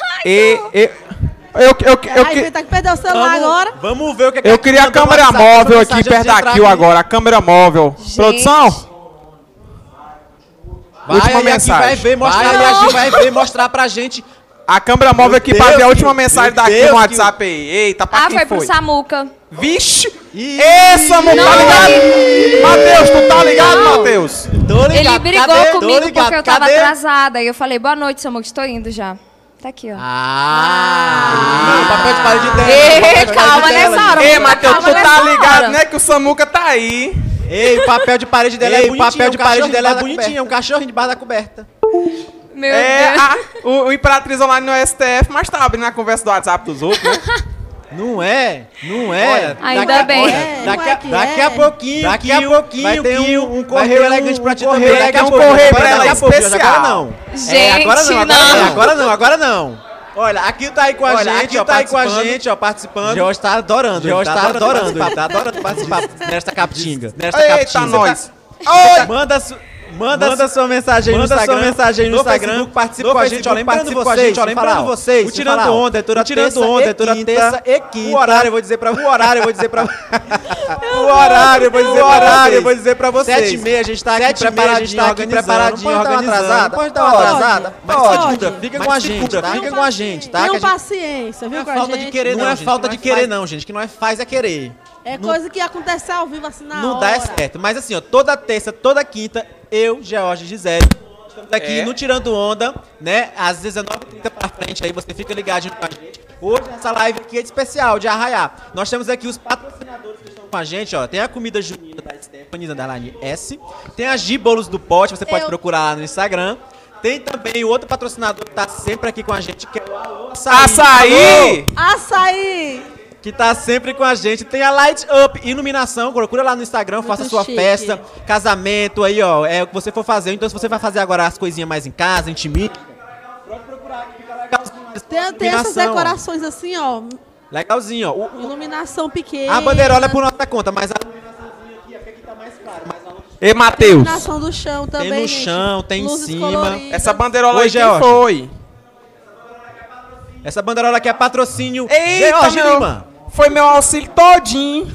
Aí vai ter que perder o celular agora. Vamos ver o que Eu queria a câmera móvel aqui perto da Kill agora. A câmera móvel. Gente. Produção? Vai, Última ele aqui mensagem. vai ver, mostrar, Vai, ele aqui vai ver, mostrar pra gente. A câmera móvel Meu aqui pra ver a Deus, última Kill. mensagem Meu da Kill Deus, no WhatsApp aí. Eita, pra Ah, quem foi pro foi? Samuca. Vixe! Ih, Essa, meu, tá ligado? Matheus, tu tá ligado, Não. Matheus? Tô ligado, Ele brigou cadê? Tô comigo ligado, porque eu tava cadê? atrasada. E eu falei, boa noite, Samuca, estou indo já. Tá aqui, ó. Não, papel de parede dela. Ei, calma nessa hora. Ei, muita Matheus, calma tu tá nessa ligado, hora. né, que o Samuca tá aí. Ei, o papel de parede dela é bonitinho. o papel de parede dela é bonitinho, é um cachorrinho debaixo da coberta. Meu É, Deus. o Imperatriz Online no STF, mas tá abrindo a conversa do WhatsApp dos outros, né? Não é, não é. Olha, ainda bem. Daqui a pouquinho vai ter um correio elegante pra ti também. Daqui a pouco, correio pra ela especial. Agora não. Gente, Agora não. Olha, aqui tá aí com a gente, ó, participando. George tá adorando. George tá adorando participar nesta capitinga. Eita, nós. Manda sua mensagem aí no Instagram. Participa com a gente, ó. Lembrando vocês, o Tirando Onda é toda terça e quinta. O horário eu vou dizer pra vocês. O horário eu vou dizer pra vocês. 7h30 a gente tá aqui preparadinho, organizando. Pode dar uma atrasada. Pode. Fica com a gente, tá? Tenham paciência, viu, com a gente. Não é falta de querer não, gente. Que não é faz é querer. É coisa que acontece ao vivo, assim, na hora. Não dá certo. Mas assim, ó, toda terça, toda quinta, eu, George e Gisele, estamos aqui no Tirando Onda, né? Às 19h30 pra frente, aí você fica ligadinho com a gente. Hoje, essa live aqui é de especial, de arraiar. Nós temos aqui os patrocinadores que estão com a gente, ó. Tem a comida junina da Stephanie, Underline S. Tem a G Bolos do Pote, você pode procurar lá no Instagram. Tem também o outro patrocinador que tá sempre aqui com a gente, que é o Alô Açaí! Açaí! Que tá sempre com a gente. Tem a Light Up Iluminação. Procura lá no Instagram, faça sua festa, casamento aí, ó. É o que você for fazer. Então, se você vai fazer agora as coisinhas mais em casa, intimite, pode procurar que fica legalzinho. Tem essas decorações assim, ó. Legalzinho, ó. Iluminação pequena. A bandeirola é por nossa conta, mas a iluminaçãozinha aqui é que tá mais claro. Ei, Matheus. Iluminação do chão também, Tem no gente. chão, tem em Luzes cima. coloridas. Essa bandeirola aí, quem George. foi? Essa bandeirola aqui é patrocínio Eita, George meu. Lima. Foi meu auxílio todinho.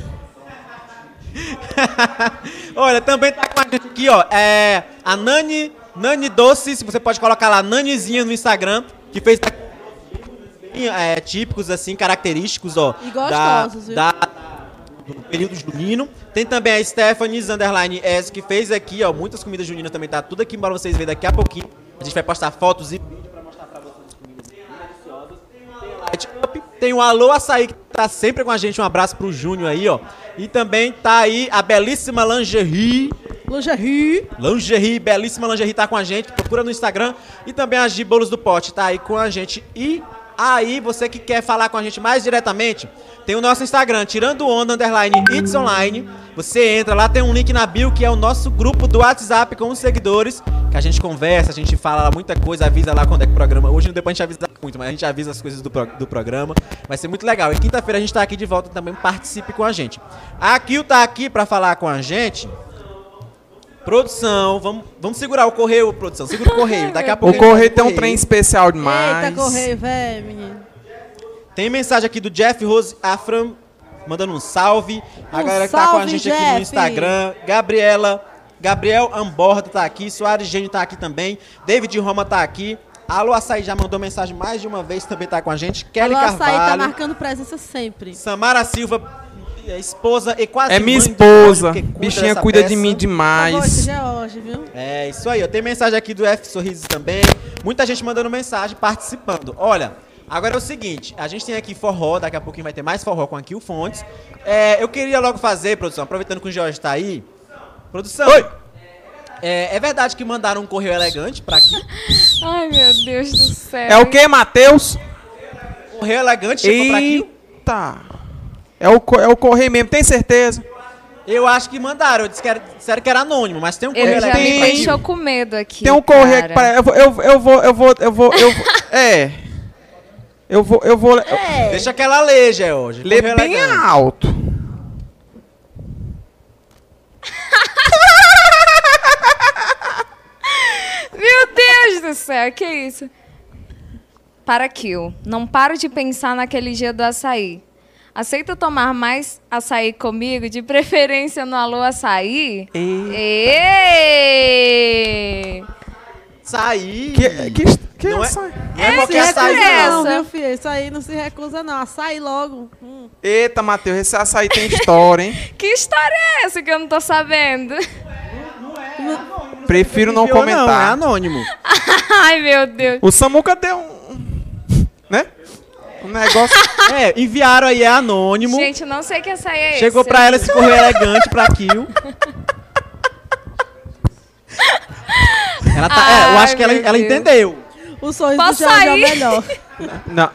Olha, também tá com a gente aqui, ó. É a Nani Doces. Você pode colocar lá, Nanizinha no Instagram, que fez típicos, assim, característicos, ó. E gostosos, viu? Do período junino. Tem também a Stephanie's Underline S, que fez aqui, ó, muitas comidas juninas também, tá tudo aqui para vocês verem daqui a pouquinho. A gente vai postar fotos e vídeos pra mostrar pra vocês as comidas deliciosas. Tem a Light Up, tem o Alô Açaí, que tá sempre com a gente, um abraço pro Júnior aí, ó. E também tá aí a belíssima Lingerie, belíssima Lingerie tá com a gente, procura no Instagram. E também a G Bolos do Pote tá aí com a gente. E aí, você que quer falar com a gente mais diretamente, tem o nosso Instagram, Tirando Onda, Underline, It's Online. Você entra lá, tem um link na bio, que é o nosso grupo do WhatsApp com os seguidores, que a gente conversa, a gente fala lá muita coisa, avisa lá quando é que o programa... Hoje não deu pra gente avisar muito, mas a gente avisa as coisas do programa. Vai ser muito legal. E quinta-feira a gente tá aqui de volta também, participe com a gente. A Kill tá aqui pra falar com a gente. Produção, vamos segurar o correio, produção. Segura o correio, daqui a pouco... O correio tem um trem especial demais. Eita, correio, velho, menino. Tem mensagem aqui do Jeff Rose Afram, mandando um salve. A galera que tá com a salve, gente aqui Jeff. no Instagram. Gabriel Amborda tá aqui. Soares Gênio tá aqui também. David Roma tá aqui. Alô Açaí já mandou mensagem mais de uma vez, também tá com a gente. Kelly Alô, Açaí tá Carvalho. marcando presença sempre. Samara Silva, esposa e quase É minha mãe de esposa. George, que Bichinha dessa cuida de peça. mim Eu gosto demais. de George, viu? É, isso aí. Ó. Tem mensagem aqui do F Sorrisos também. Muita gente mandando mensagem, participando. Olha, Agora é o seguinte, a gente tem aqui forró, daqui a pouquinho vai ter mais forró com aqui o Fontes. Eu queria logo fazer, produção, aproveitando que o Jorge tá aí. Produção. Oi. É verdade que mandaram um correio elegante pra aqui? Ai, meu Deus do céu. É o que, Matheus? Correio elegante chegou pra aqui? Eita. É o correio mesmo, tem certeza? Eu acho que mandaram, disseram que era anônimo, mas tem um correio Ele já elegante me pra aqui. deixou com medo aqui. Tem um correio aqui cara. para. Eu vou. Deixa que ela lê, George. Lê Correio bem elegante. alto. Meu Deus do céu, que isso? Para Kill. Não paro de pensar naquele dia do açaí. Aceita tomar mais açaí comigo, de preferência no Alô Açaí? Ei! Açaí. Que Não é- açaí? Não é Se qualquer recusa açaí, não, essa? meu filho. Isso aí não se recusa, não. Açaí logo. Eita, Matheus, esse açaí tem história, hein? Que história é essa que eu não tô sabendo? Prefiro não Enviou, comentar. Não, é anônimo. Ai, meu Deus. O Samuca deu um. Né? Um negócio. Enviaram aí, é anônimo. Gente, eu não sei que açaí é esse. Chegou pra ela esse correio elegante pra Kill. Ela tá, Ai, eu acho que ela meu Deus. entendeu. O sorriso Posso do Jorge é o sair? melhor. Não.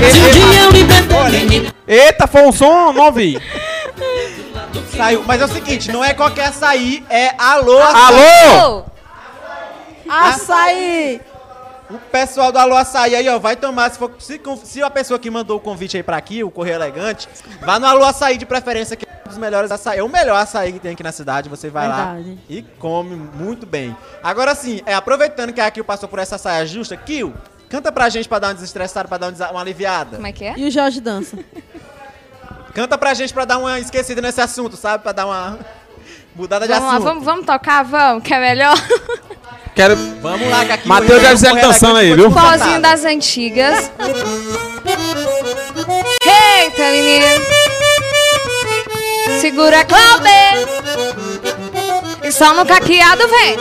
Eita, foi um som, não ouvi. Saiu. Mas é o seguinte, não é qualquer açaí, é alô açaí. Alô? Açaí! O pessoal do Alô Açaí aí, ó, vai tomar, se a pessoa que mandou o convite aí pra aqui, o Correio Elegante, vá no Alô Açaí de preferência, que é um dos melhores açaí, é o melhor açaí que tem aqui na cidade, você vai Verdade. lá e come muito bem. Agora sim, aproveitando que a Kill passou por essa saia justa, Kill, canta pra gente pra dar uma desestressada, pra dar uma aliviada. Como é que é? E o Jorge dança. Canta pra gente pra dar uma esquecida nesse assunto, sabe? Pra dar uma mudada de Vamos lá, assunto. vamos tocar, vamos, que é melhor. Quero. Vamos lá, que aqui... Matheus deve ser dançando aí, viu? Pozinho das antigas. Eita, menino. Segura, Cláudio. E só no caqueado vem.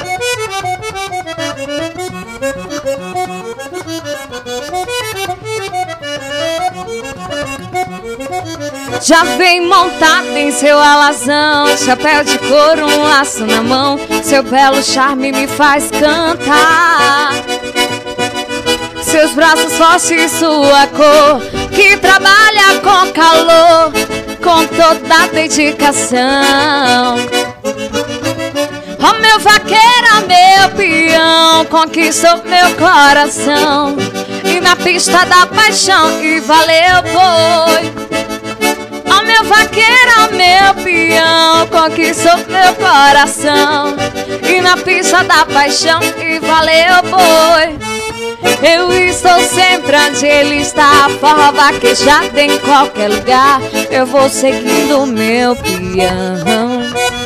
Já vem montado em seu alazão, chapéu de couro, um laço na mão. Seu belo charme me faz cantar. Seus braços fortes e sua cor, que trabalha com calor, com toda a dedicação. Oh, meu vaqueiro, meu peão, conquistou meu coração. E na pista da paixão, e valeu, boi. Oh, meu vaqueiro, meu peão, conquistou meu coração. E na pista da paixão, e valeu, boi. Eu estou sempre onde ele está, forró vaquejada em qualquer lugar. Eu vou seguindo o meu peão.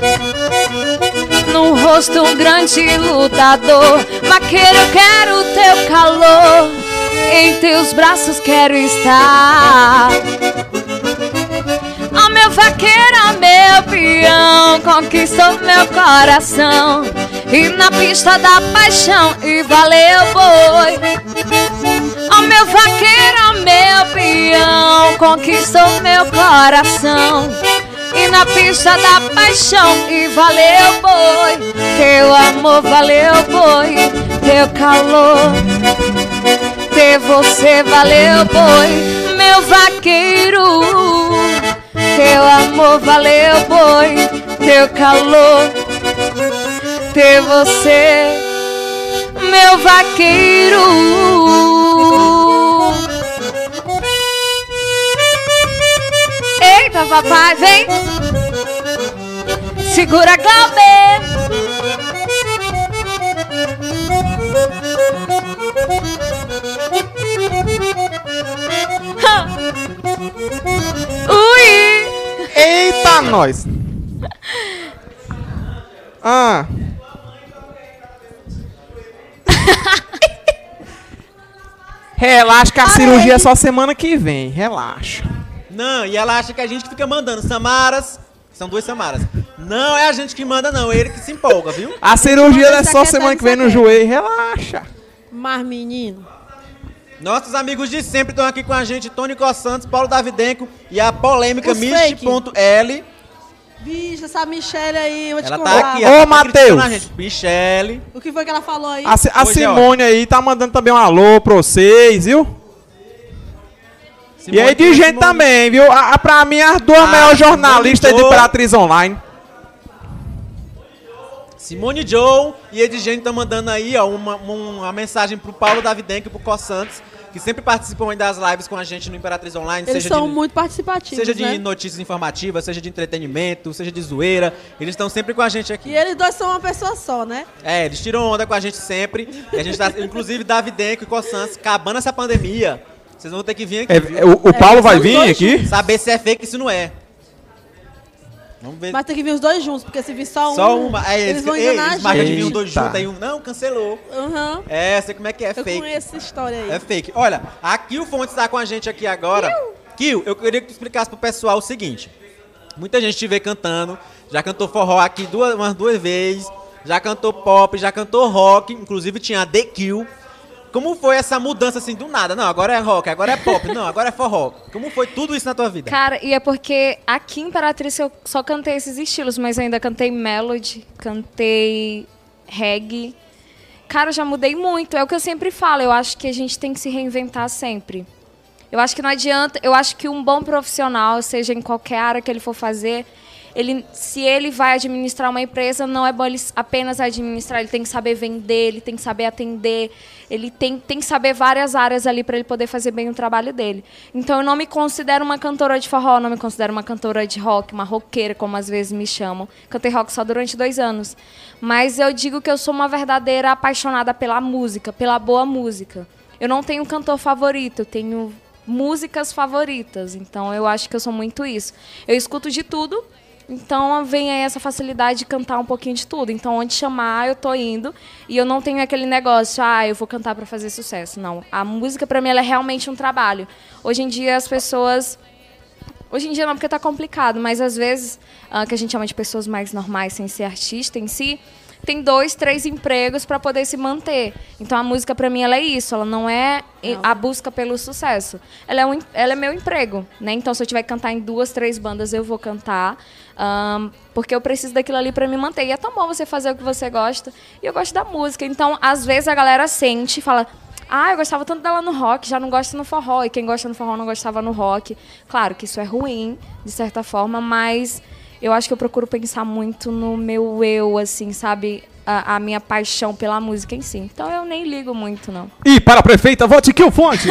No rosto um grande lutador, vaqueiro, eu quero teu calor. Em teus braços quero estar. Oh, meu vaqueiro, meu peão, conquistou meu coração. E na pista da paixão, e valeu, boi. Oh, meu vaqueiro, meu peão, conquistou meu coração. E na pista da paixão, e valeu, boi. Teu amor valeu, boi. Teu calor, ter você valeu, boi. Meu vaqueiro, teu amor valeu, boi. Teu calor, ter você, meu vaqueiro. Eita, papai, vem. Segura, Cláudio. Ui. Eita, nós! Ah. Relaxa que a cirurgia é só semana que vem. Relaxa. Não, e ela acha que a gente que fica mandando Samaras. São duas Samaras. Não é a gente que manda, não. É ele que se empolga, viu? A cirurgia é Isso só aqui é semana que vem no saquete. joelho. Relaxa. Mas, menino, Nossos amigos de sempre estão aqui com a gente, Tônico Santos, Paulo Davidenko e a polêmica Os fake. Michi.L. Bicho, essa Michelle aí, vou te Ela contar. tá aqui, Ô, ela tá Matheus. criticando a gente. Michele. O que foi que ela falou aí? A Oi, Simone aí tá mandando também um alô pra vocês, viu? E aí de gente também, viu? Pra mim, as duas maiores jornalistas de Joe. Imperatriz Online. Simone Joe e Edgene estão mandando aí, ó, uma mensagem pro Paulo Davidenko e pro Có Santos, que sempre participam aí das lives com a gente no Imperatriz Online. Eles são muito participativos, Seja de né? notícias informativas, seja de entretenimento, seja de zoeira. Eles estão sempre com a gente aqui. E eles dois são uma pessoa só, né? É, eles tiram onda com a gente sempre. E a gente tá, inclusive, Davidenko e Có Santos, acabando essa pandemia. Vocês vão ter que vir aqui, viu? O Paulo vai são vir dois aqui? Saber se é fake e se não é. Vamos ver. Mas tem que vir os dois juntos, porque se vir só um, Só uma. É, eles vão enganar eles a marcam de gente. vir os dois Eita. juntos, aí um não, cancelou. Uhum. É, sei como é que é, Eu fake. conheço essa história aí. É fake. Olha, a Kio Fontes está com a gente aqui agora. Kio, eu queria que tu explicasse pro pessoal o seguinte. Muita gente te vê cantando, já cantou forró aqui umas duas vezes, já cantou pop, já cantou rock, inclusive tinha a The Kill. Como foi essa mudança assim do nada? Não, agora é rock, agora é pop, não, agora é forró. Como foi tudo isso na tua vida? Cara, e é porque aqui em Imperatriz eu só cantei esses estilos, mas eu ainda cantei melody, cantei reggae. Cara, eu já mudei muito. É o que eu sempre falo, eu acho que a gente tem que se reinventar sempre. Eu acho que não adianta, eu acho que um bom profissional, seja em qualquer área que ele for fazer, se ele vai administrar uma empresa, não é bom ele apenas administrar, ele tem que saber vender, ele tem que saber atender, ele tem que saber várias áreas ali para ele poder fazer bem o trabalho dele. Então eu não me considero uma cantora de forró, não me considero uma cantora de rock, uma roqueira, como às vezes me chamam. Cantei rock só durante 2 anos. Mas eu digo que eu sou uma verdadeira apaixonada pela música, pela boa música. Eu não tenho um cantor favorito, eu tenho músicas favoritas. Então eu acho que eu sou muito isso. Eu escuto de tudo. Então vem aí essa facilidade de cantar um pouquinho de tudo. Então onde chamar eu tô indo. E eu não tenho aquele negócio, eu vou cantar pra fazer sucesso. Não, a música pra mim ela é realmente um trabalho. Hoje em dia as pessoas... Hoje em dia não, porque tá complicado. Mas às vezes, que a gente chama de pessoas mais normais, sem ser artista em si, tem 2, 3 empregos para poder se manter. Então a música para mim ela é isso, ela não é a busca pelo sucesso. Ela é meu emprego, né? Então se eu tiver que cantar em 2, 3 bandas eu vou cantar, porque eu preciso daquilo ali para me manter. E é tão bom você fazer o que você gosta. E eu gosto da música. Então às vezes a galera sente e fala: eu gostava tanto dela no rock, já não gosto no forró. E quem gosta no forró não gostava no rock. Claro que isso é ruim, de certa forma, mas eu acho que eu procuro pensar muito no meu eu, assim, sabe? A minha paixão pela música em si. Então eu nem ligo muito, não. E para a prefeita, vote Kio Fontes.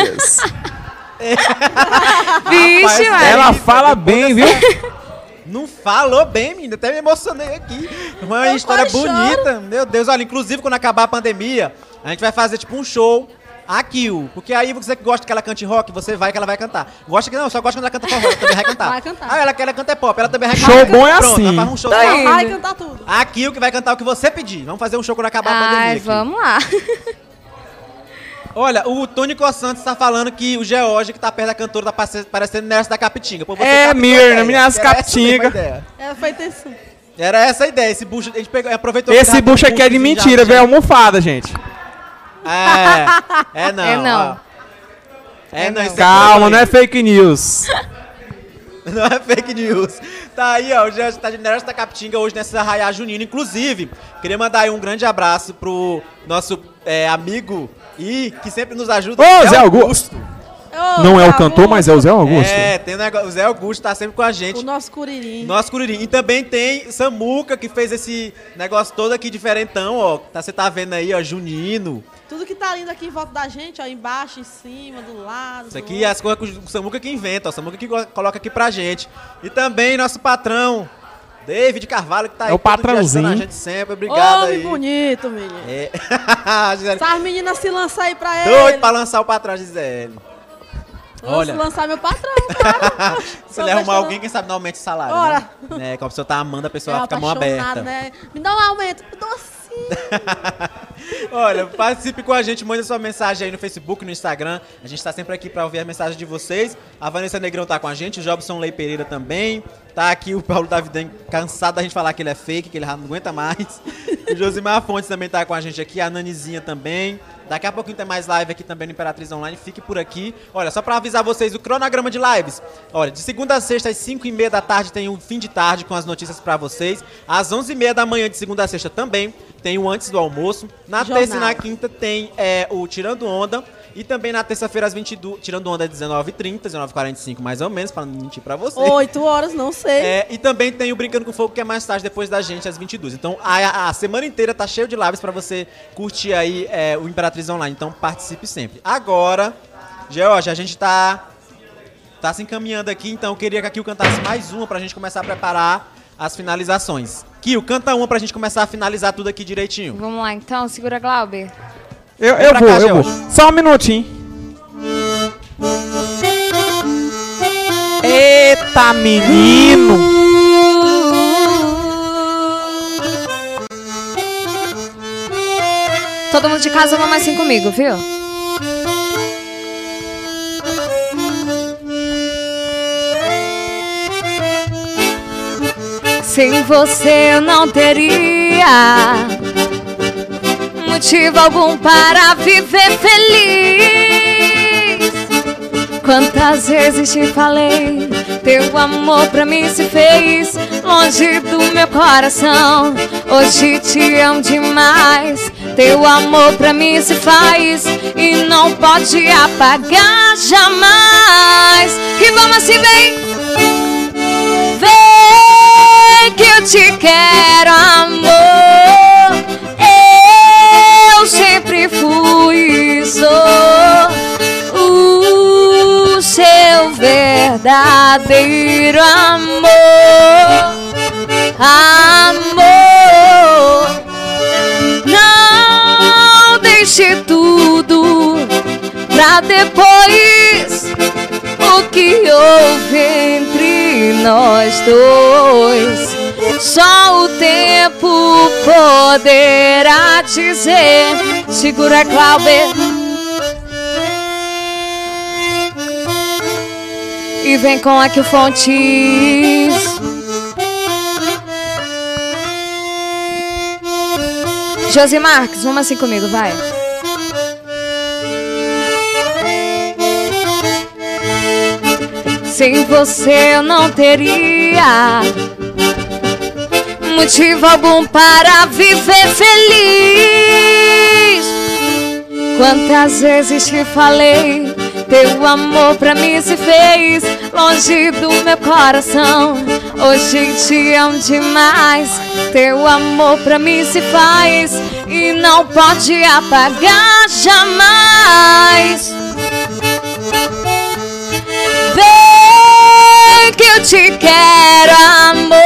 Vixe, Ela fala bem, viu? Não falou bem, menina. Até me emocionei aqui. Uma Eu história quase bonita. Meu Deus, olha, inclusive quando acabar a pandemia, a gente vai fazer tipo um show aqui, porque aí você que gosta que ela cante rock, você vai que ela vai cantar. Gosta que não, só gosta quando ela canta forró, ela também vai cantar. Vai cantar. Ela quer cantar pop, ela também vai Show cantar. bom é Pronto, assim. ela faz um show Tá só. indo. Vai cantar tudo. Aqui o que vai cantar é o que você pedir. Vamos fazer um show quando acabar a pandemia. Ai, aqui. vamos lá. Olha, o Tônico Santos tá falando que o George, que tá perto da cantora, tá parecendo Nessa da Capitinga. Pô, você É, captou a Mirna, ideia. minhas Era essa Capitinga. mesmo a ideia. Foi intenção. Era essa a ideia. Esse bucho, a gente pegou, aproveitou. que Esse tava bucho com aqui é de buchozinho mentira, já- velho. Almofada, gente. É não. É não. ó. É não. isso Calma, é não é fake news. Não é fake news. Tá aí, ó. O George tá de Nessa da Capitinga hoje nessa Arraiá Junina. Inclusive, queria mandar aí um grande abraço pro nosso amigo e que sempre nos ajuda. Ô, Zé Augusto. Não é o cantor, mas é o Zé Augusto. É, tem o Zé Augusto, tá sempre com a gente. O nosso curirim. Nosso Curirim. E também tem Samuca, que fez esse negócio todo aqui diferentão, ó. Você tá vendo aí, ó, junino. Tudo que tá lindo aqui em volta da gente, ó, embaixo, em cima, do lado. Isso aqui é as coisas que o Samuca que inventa, ó. O Samuca que coloca aqui pra gente. E também nosso patrão, David Carvalho, que tá aí É o todo dia patrãozinho. ajudando a gente sempre. Obrigado Homem aí. bonito, menino. É. Essas meninas se lançam aí pra ele. Doido pra lançar o patrão, Gisele. Olha. Olha. Se lançar meu patrão, cara. Se ele arrumar alguém, quem sabe não aumente o salário. Ora. Né? Quando a pessoa tá amando, a pessoa É fica a mão apaixonado, aberta. né? Me dá um aumento, docinho. Olha, participe com a gente, mande sua mensagem aí no Facebook, no Instagram. A gente tá sempre aqui pra ouvir as mensagens de vocês. A Vanessa Negrão tá com a gente, o Jobson Lei Pereira também. Tá aqui o Paulo Davidan, cansado da gente falar que ele é fake, que ele já não aguenta mais. O Josimar Fontes também tá com a gente aqui, a Nanizinha também. Daqui a pouquinho tem mais live aqui também no Imperatriz Online, fique por aqui. Olha, só pra avisar vocês, o cronograma de lives. Olha, de segunda a sexta, às 5h30 da tarde, tem o fim de tarde com as notícias pra vocês. Às 11h30 da manhã, de segunda a sexta, também tem o antes do almoço. Na terça e na quinta tem o Tirando Onda. E também na terça-feira, às 22h, Tirando Onda, às 19h30, 19h45 mais ou menos, pra não mentir pra vocês. 8 horas, não sei. E também tem o Brincando com Fogo, que é mais tarde, depois da gente, às 22h. Então, a semana inteira tá cheio de lives pra você curtir aí o Imperatriz Online. Então, participe sempre. Agora, Georgia, a gente tá se encaminhando aqui, então eu queria que a Kio cantasse mais uma pra gente começar a preparar as finalizações. Kio, canta uma pra gente começar a finalizar tudo aqui direitinho. Vamos lá, então. Segura, Glauber. Eu vou. Só um minutinho. Eita, menino! Todo mundo de casa, vamos assim comigo, viu? Sem você eu não teria motivo algum para viver feliz. Quantas vezes te falei, teu amor pra mim se fez longe do meu coração. Hoje te amo demais, teu amor pra mim se faz e não pode apagar jamais. E vamos assim, vem, vem que eu te quero, amor. Eu sempre fui e sou o seu verdadeiro amor. Amor, não deixe tudo pra depois. O que houve entre nós dois, só o tempo poderá dizer. Segura, Glauber. E vem com a Kio Fontes. Josi Marques, vamos assim comigo, vai. Sem você eu não teria motivo algum para viver feliz. Quantas vezes te falei, teu amor pra mim se fez longe do meu coração. Hoje te amo demais, teu amor pra mim se faz e não pode apagar jamais. Vem que eu te quero, amor.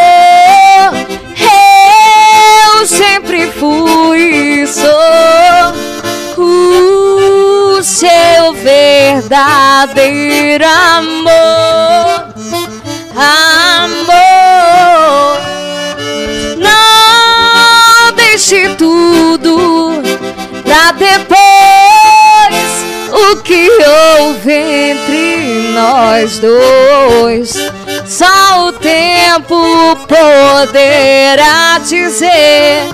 Eu sempre fui e sou o seu verdadeiro amor. Amor, não deixe tudo pra depois. O que houve entre nós dois, só o tempo poderá dizer.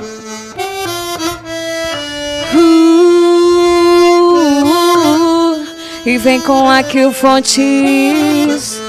E vem com a Kio Fontes.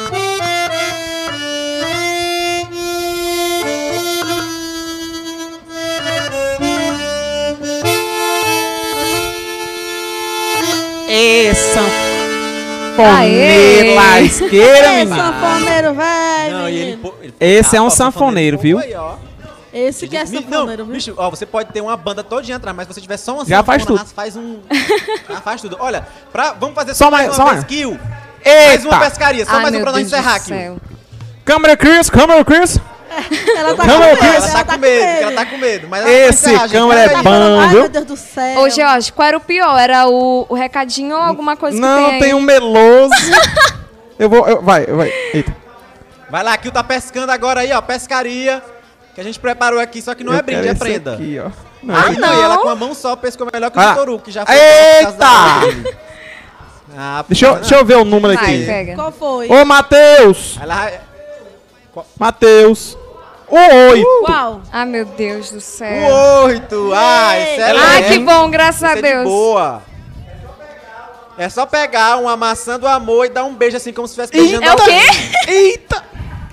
Ê, sanfoneiro lasqueira, menino. Sanfoneiro, velho. Não, e ele Esse é um sanfoneiro, viu? Aí, ó. Esse que é sanfoneiro, viu? Bicho, ó, você pode ter uma banda todinha atrás, mas se você tiver só uma Já faz tudo. faz já faz tudo. Olha, vamos fazer Só só mais- mais só uma mais. vez, Kio. Eita! Mais uma pescaria, só Ai, mais uma meu pra nós Deus do encerrar, céu. Kio. Câmera, Chris! Ela tá Não, com medo, Chris. Ela tá com medo, porque ela tá com medo. Mas ela Esse vai encerrar, gente. câmera é Pega aí. bom. Ai, viu? meu Deus do céu. Ô, Jorge, qual era o pior? Era o recadinho ou alguma coisa que Não, tem tem aí? um meloso. Vai. Eita. Vai lá, Kio tá pescando agora aí, ó, pescaria. Que a gente preparou aqui, só que não é brinde, é prenda. Aqui, ó. Não, Aí não, e não. ela com a mão só pescou melhor que o Ah. Toru, que já foi. Eita! por causa dele. Ah, Deixa eu ver o número Vai, aqui. pega. Qual foi? Ô, Matheus! Vai lá. Matheus. O 8. Uau. Ai, meu Deus do O céu. 8. Ah, excelente. Ai, que bom, graças a Isso é de Deus. boa. É só pegar uma maçã do amor e dar um beijo assim como se estivesse beijando É o alguém. quê? Eita!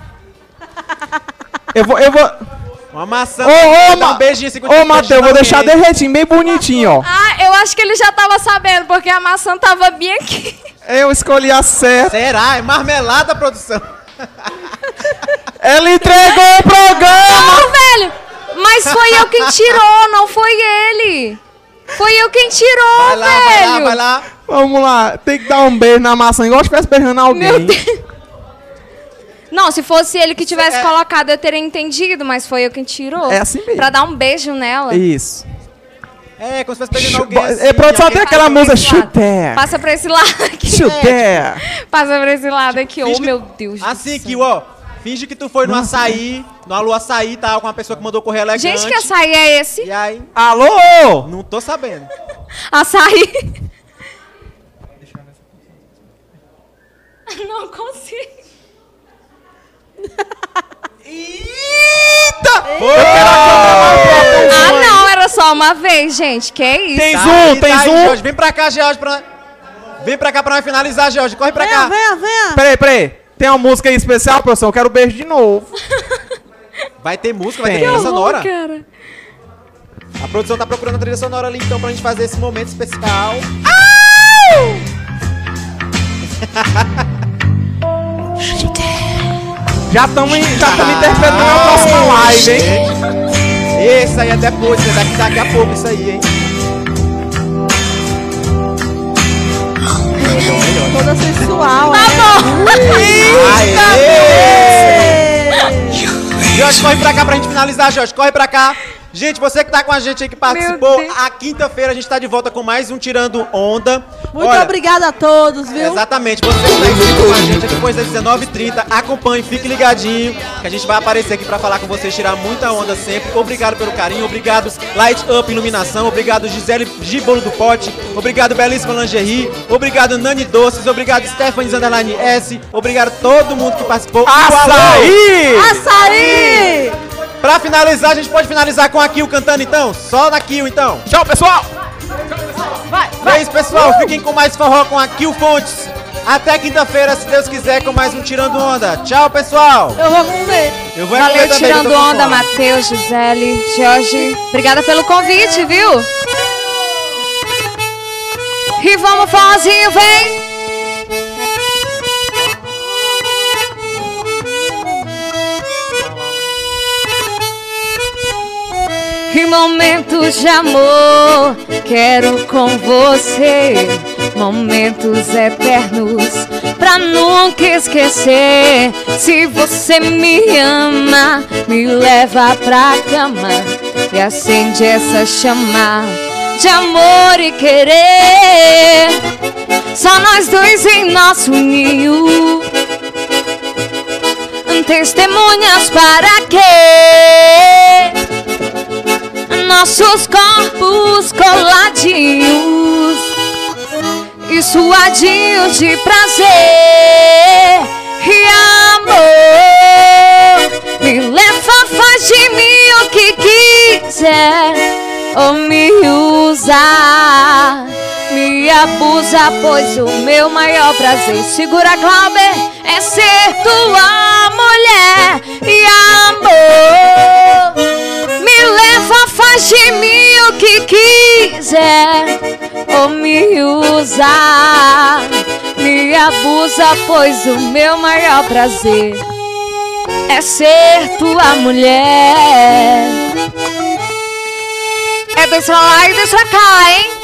Eu vou. Uma maçã Ô, dar um beijinho assim Ô, Matheus, vou deixar alguém. derretinho, bem bonitinho, ó. Ah, eu acho que ele já tava sabendo, porque a maçã tava bem aqui. Eu escolhi a certa. Será? É marmelada, produção. Ela entregou o programa! Não, velho! Mas foi eu quem tirou, não foi ele. Foi eu quem tirou, Vai lá, vai velho. lá, vai lá. Vamos lá, tem que dar um beijo na maçã, igual se estivesse beijando alguém. Meu Deus. Não, se fosse ele que tivesse colocado, eu teria entendido, mas foi eu quem tirou. É assim mesmo. Pra dar um beijo nela. Isso. É, como se estivesse beijando alguém. Assim, É, produção, alguém- tem aquela música Esse lado. chuté. Passa pra esse lado aqui. Chuté. Passa pra esse lado aqui. Finge Oh, que- meu Deus Assim do que, céu. ó. Finge que tu foi no açaí, no Alô Açaí, tá? Com uma pessoa que mandou correr elegante. Gente, que açaí é esse? E aí, Alô? não tô sabendo. Açaí. Não consigo. Ah, não, era só uma vez, gente. Que isso? Tem Tá zoom, aí, tem tá aí, zoom. Jorge. Vem pra cá, Jorge. Vem pra cá pra nós finalizar, Jorge. Corre pra Venha, cá. venha, venha. Peraí. Tem uma música aí especial, produção? Eu quero beijo de novo. Vai ter música, vai ter Tem. trilha sonora. Cara. A produção tá procurando a trilha sonora ali, então, pra gente fazer esse momento especial. Já estamos interpretando a próxima live, hein? Esse aí é depois, né? Daqui a pouco isso aí, hein? Toda sensual. Tá bom. Aê! Jorge, corre pra cá pra gente finalizar, Jorge. Corre pra cá. Gente, você que tá com a gente aí, que participou, Deus. a quinta-feira a gente tá de volta com mais um Tirando Onda. Muito Olha, obrigada a todos, viu? exatamente, você que tá inscrito com a gente depois das 19h30, acompanhe, fique ligadinho, que a gente vai aparecer aqui pra falar com vocês, tirar muita onda sempre. Obrigado pelo carinho, obrigado Light Up Iluminação, obrigado Gisele Gibolo do Pote, obrigado Belíssima Lingerie, obrigado Nani Doces, obrigado Stephanie Zanderline S, obrigado todo mundo que participou. E o alô! Açaí! Açaí! Pra finalizar, a gente pode finalizar com a Kill cantando então? Só na Kill então. Tchau, pessoal! É isso, pessoal. Fiquem com mais forró com a Kill Fontes. Até quinta-feira, se Deus quiser, com mais um Tirando Onda. Tchau, pessoal. Eu vou comer. Eu vou Valeu, comer também, que eu tirando tô com onda, fome. Matheus, Gisele, Jorge. Obrigada pelo convite, viu? E vamos, forrozinho, vem! E momentos de amor quero com você, momentos eternos pra nunca esquecer. Se você me ama, me leva pra cama e acende essa chama de amor e querer. Só nós dois em nosso ninho, testemunhas para quê? Nossos corpos coladinhos e suadinhos de prazer e amor. Me leva, faz de mim o que quiser, ou me usa, me abusa, pois o meu maior prazer, segura, Glauber, é ser tua mulher e amor. Me leva, faz de mim o que quiser, ou me usa, me abusa, pois o meu maior prazer é ser tua mulher. É deixa lá e deixa cá, hein?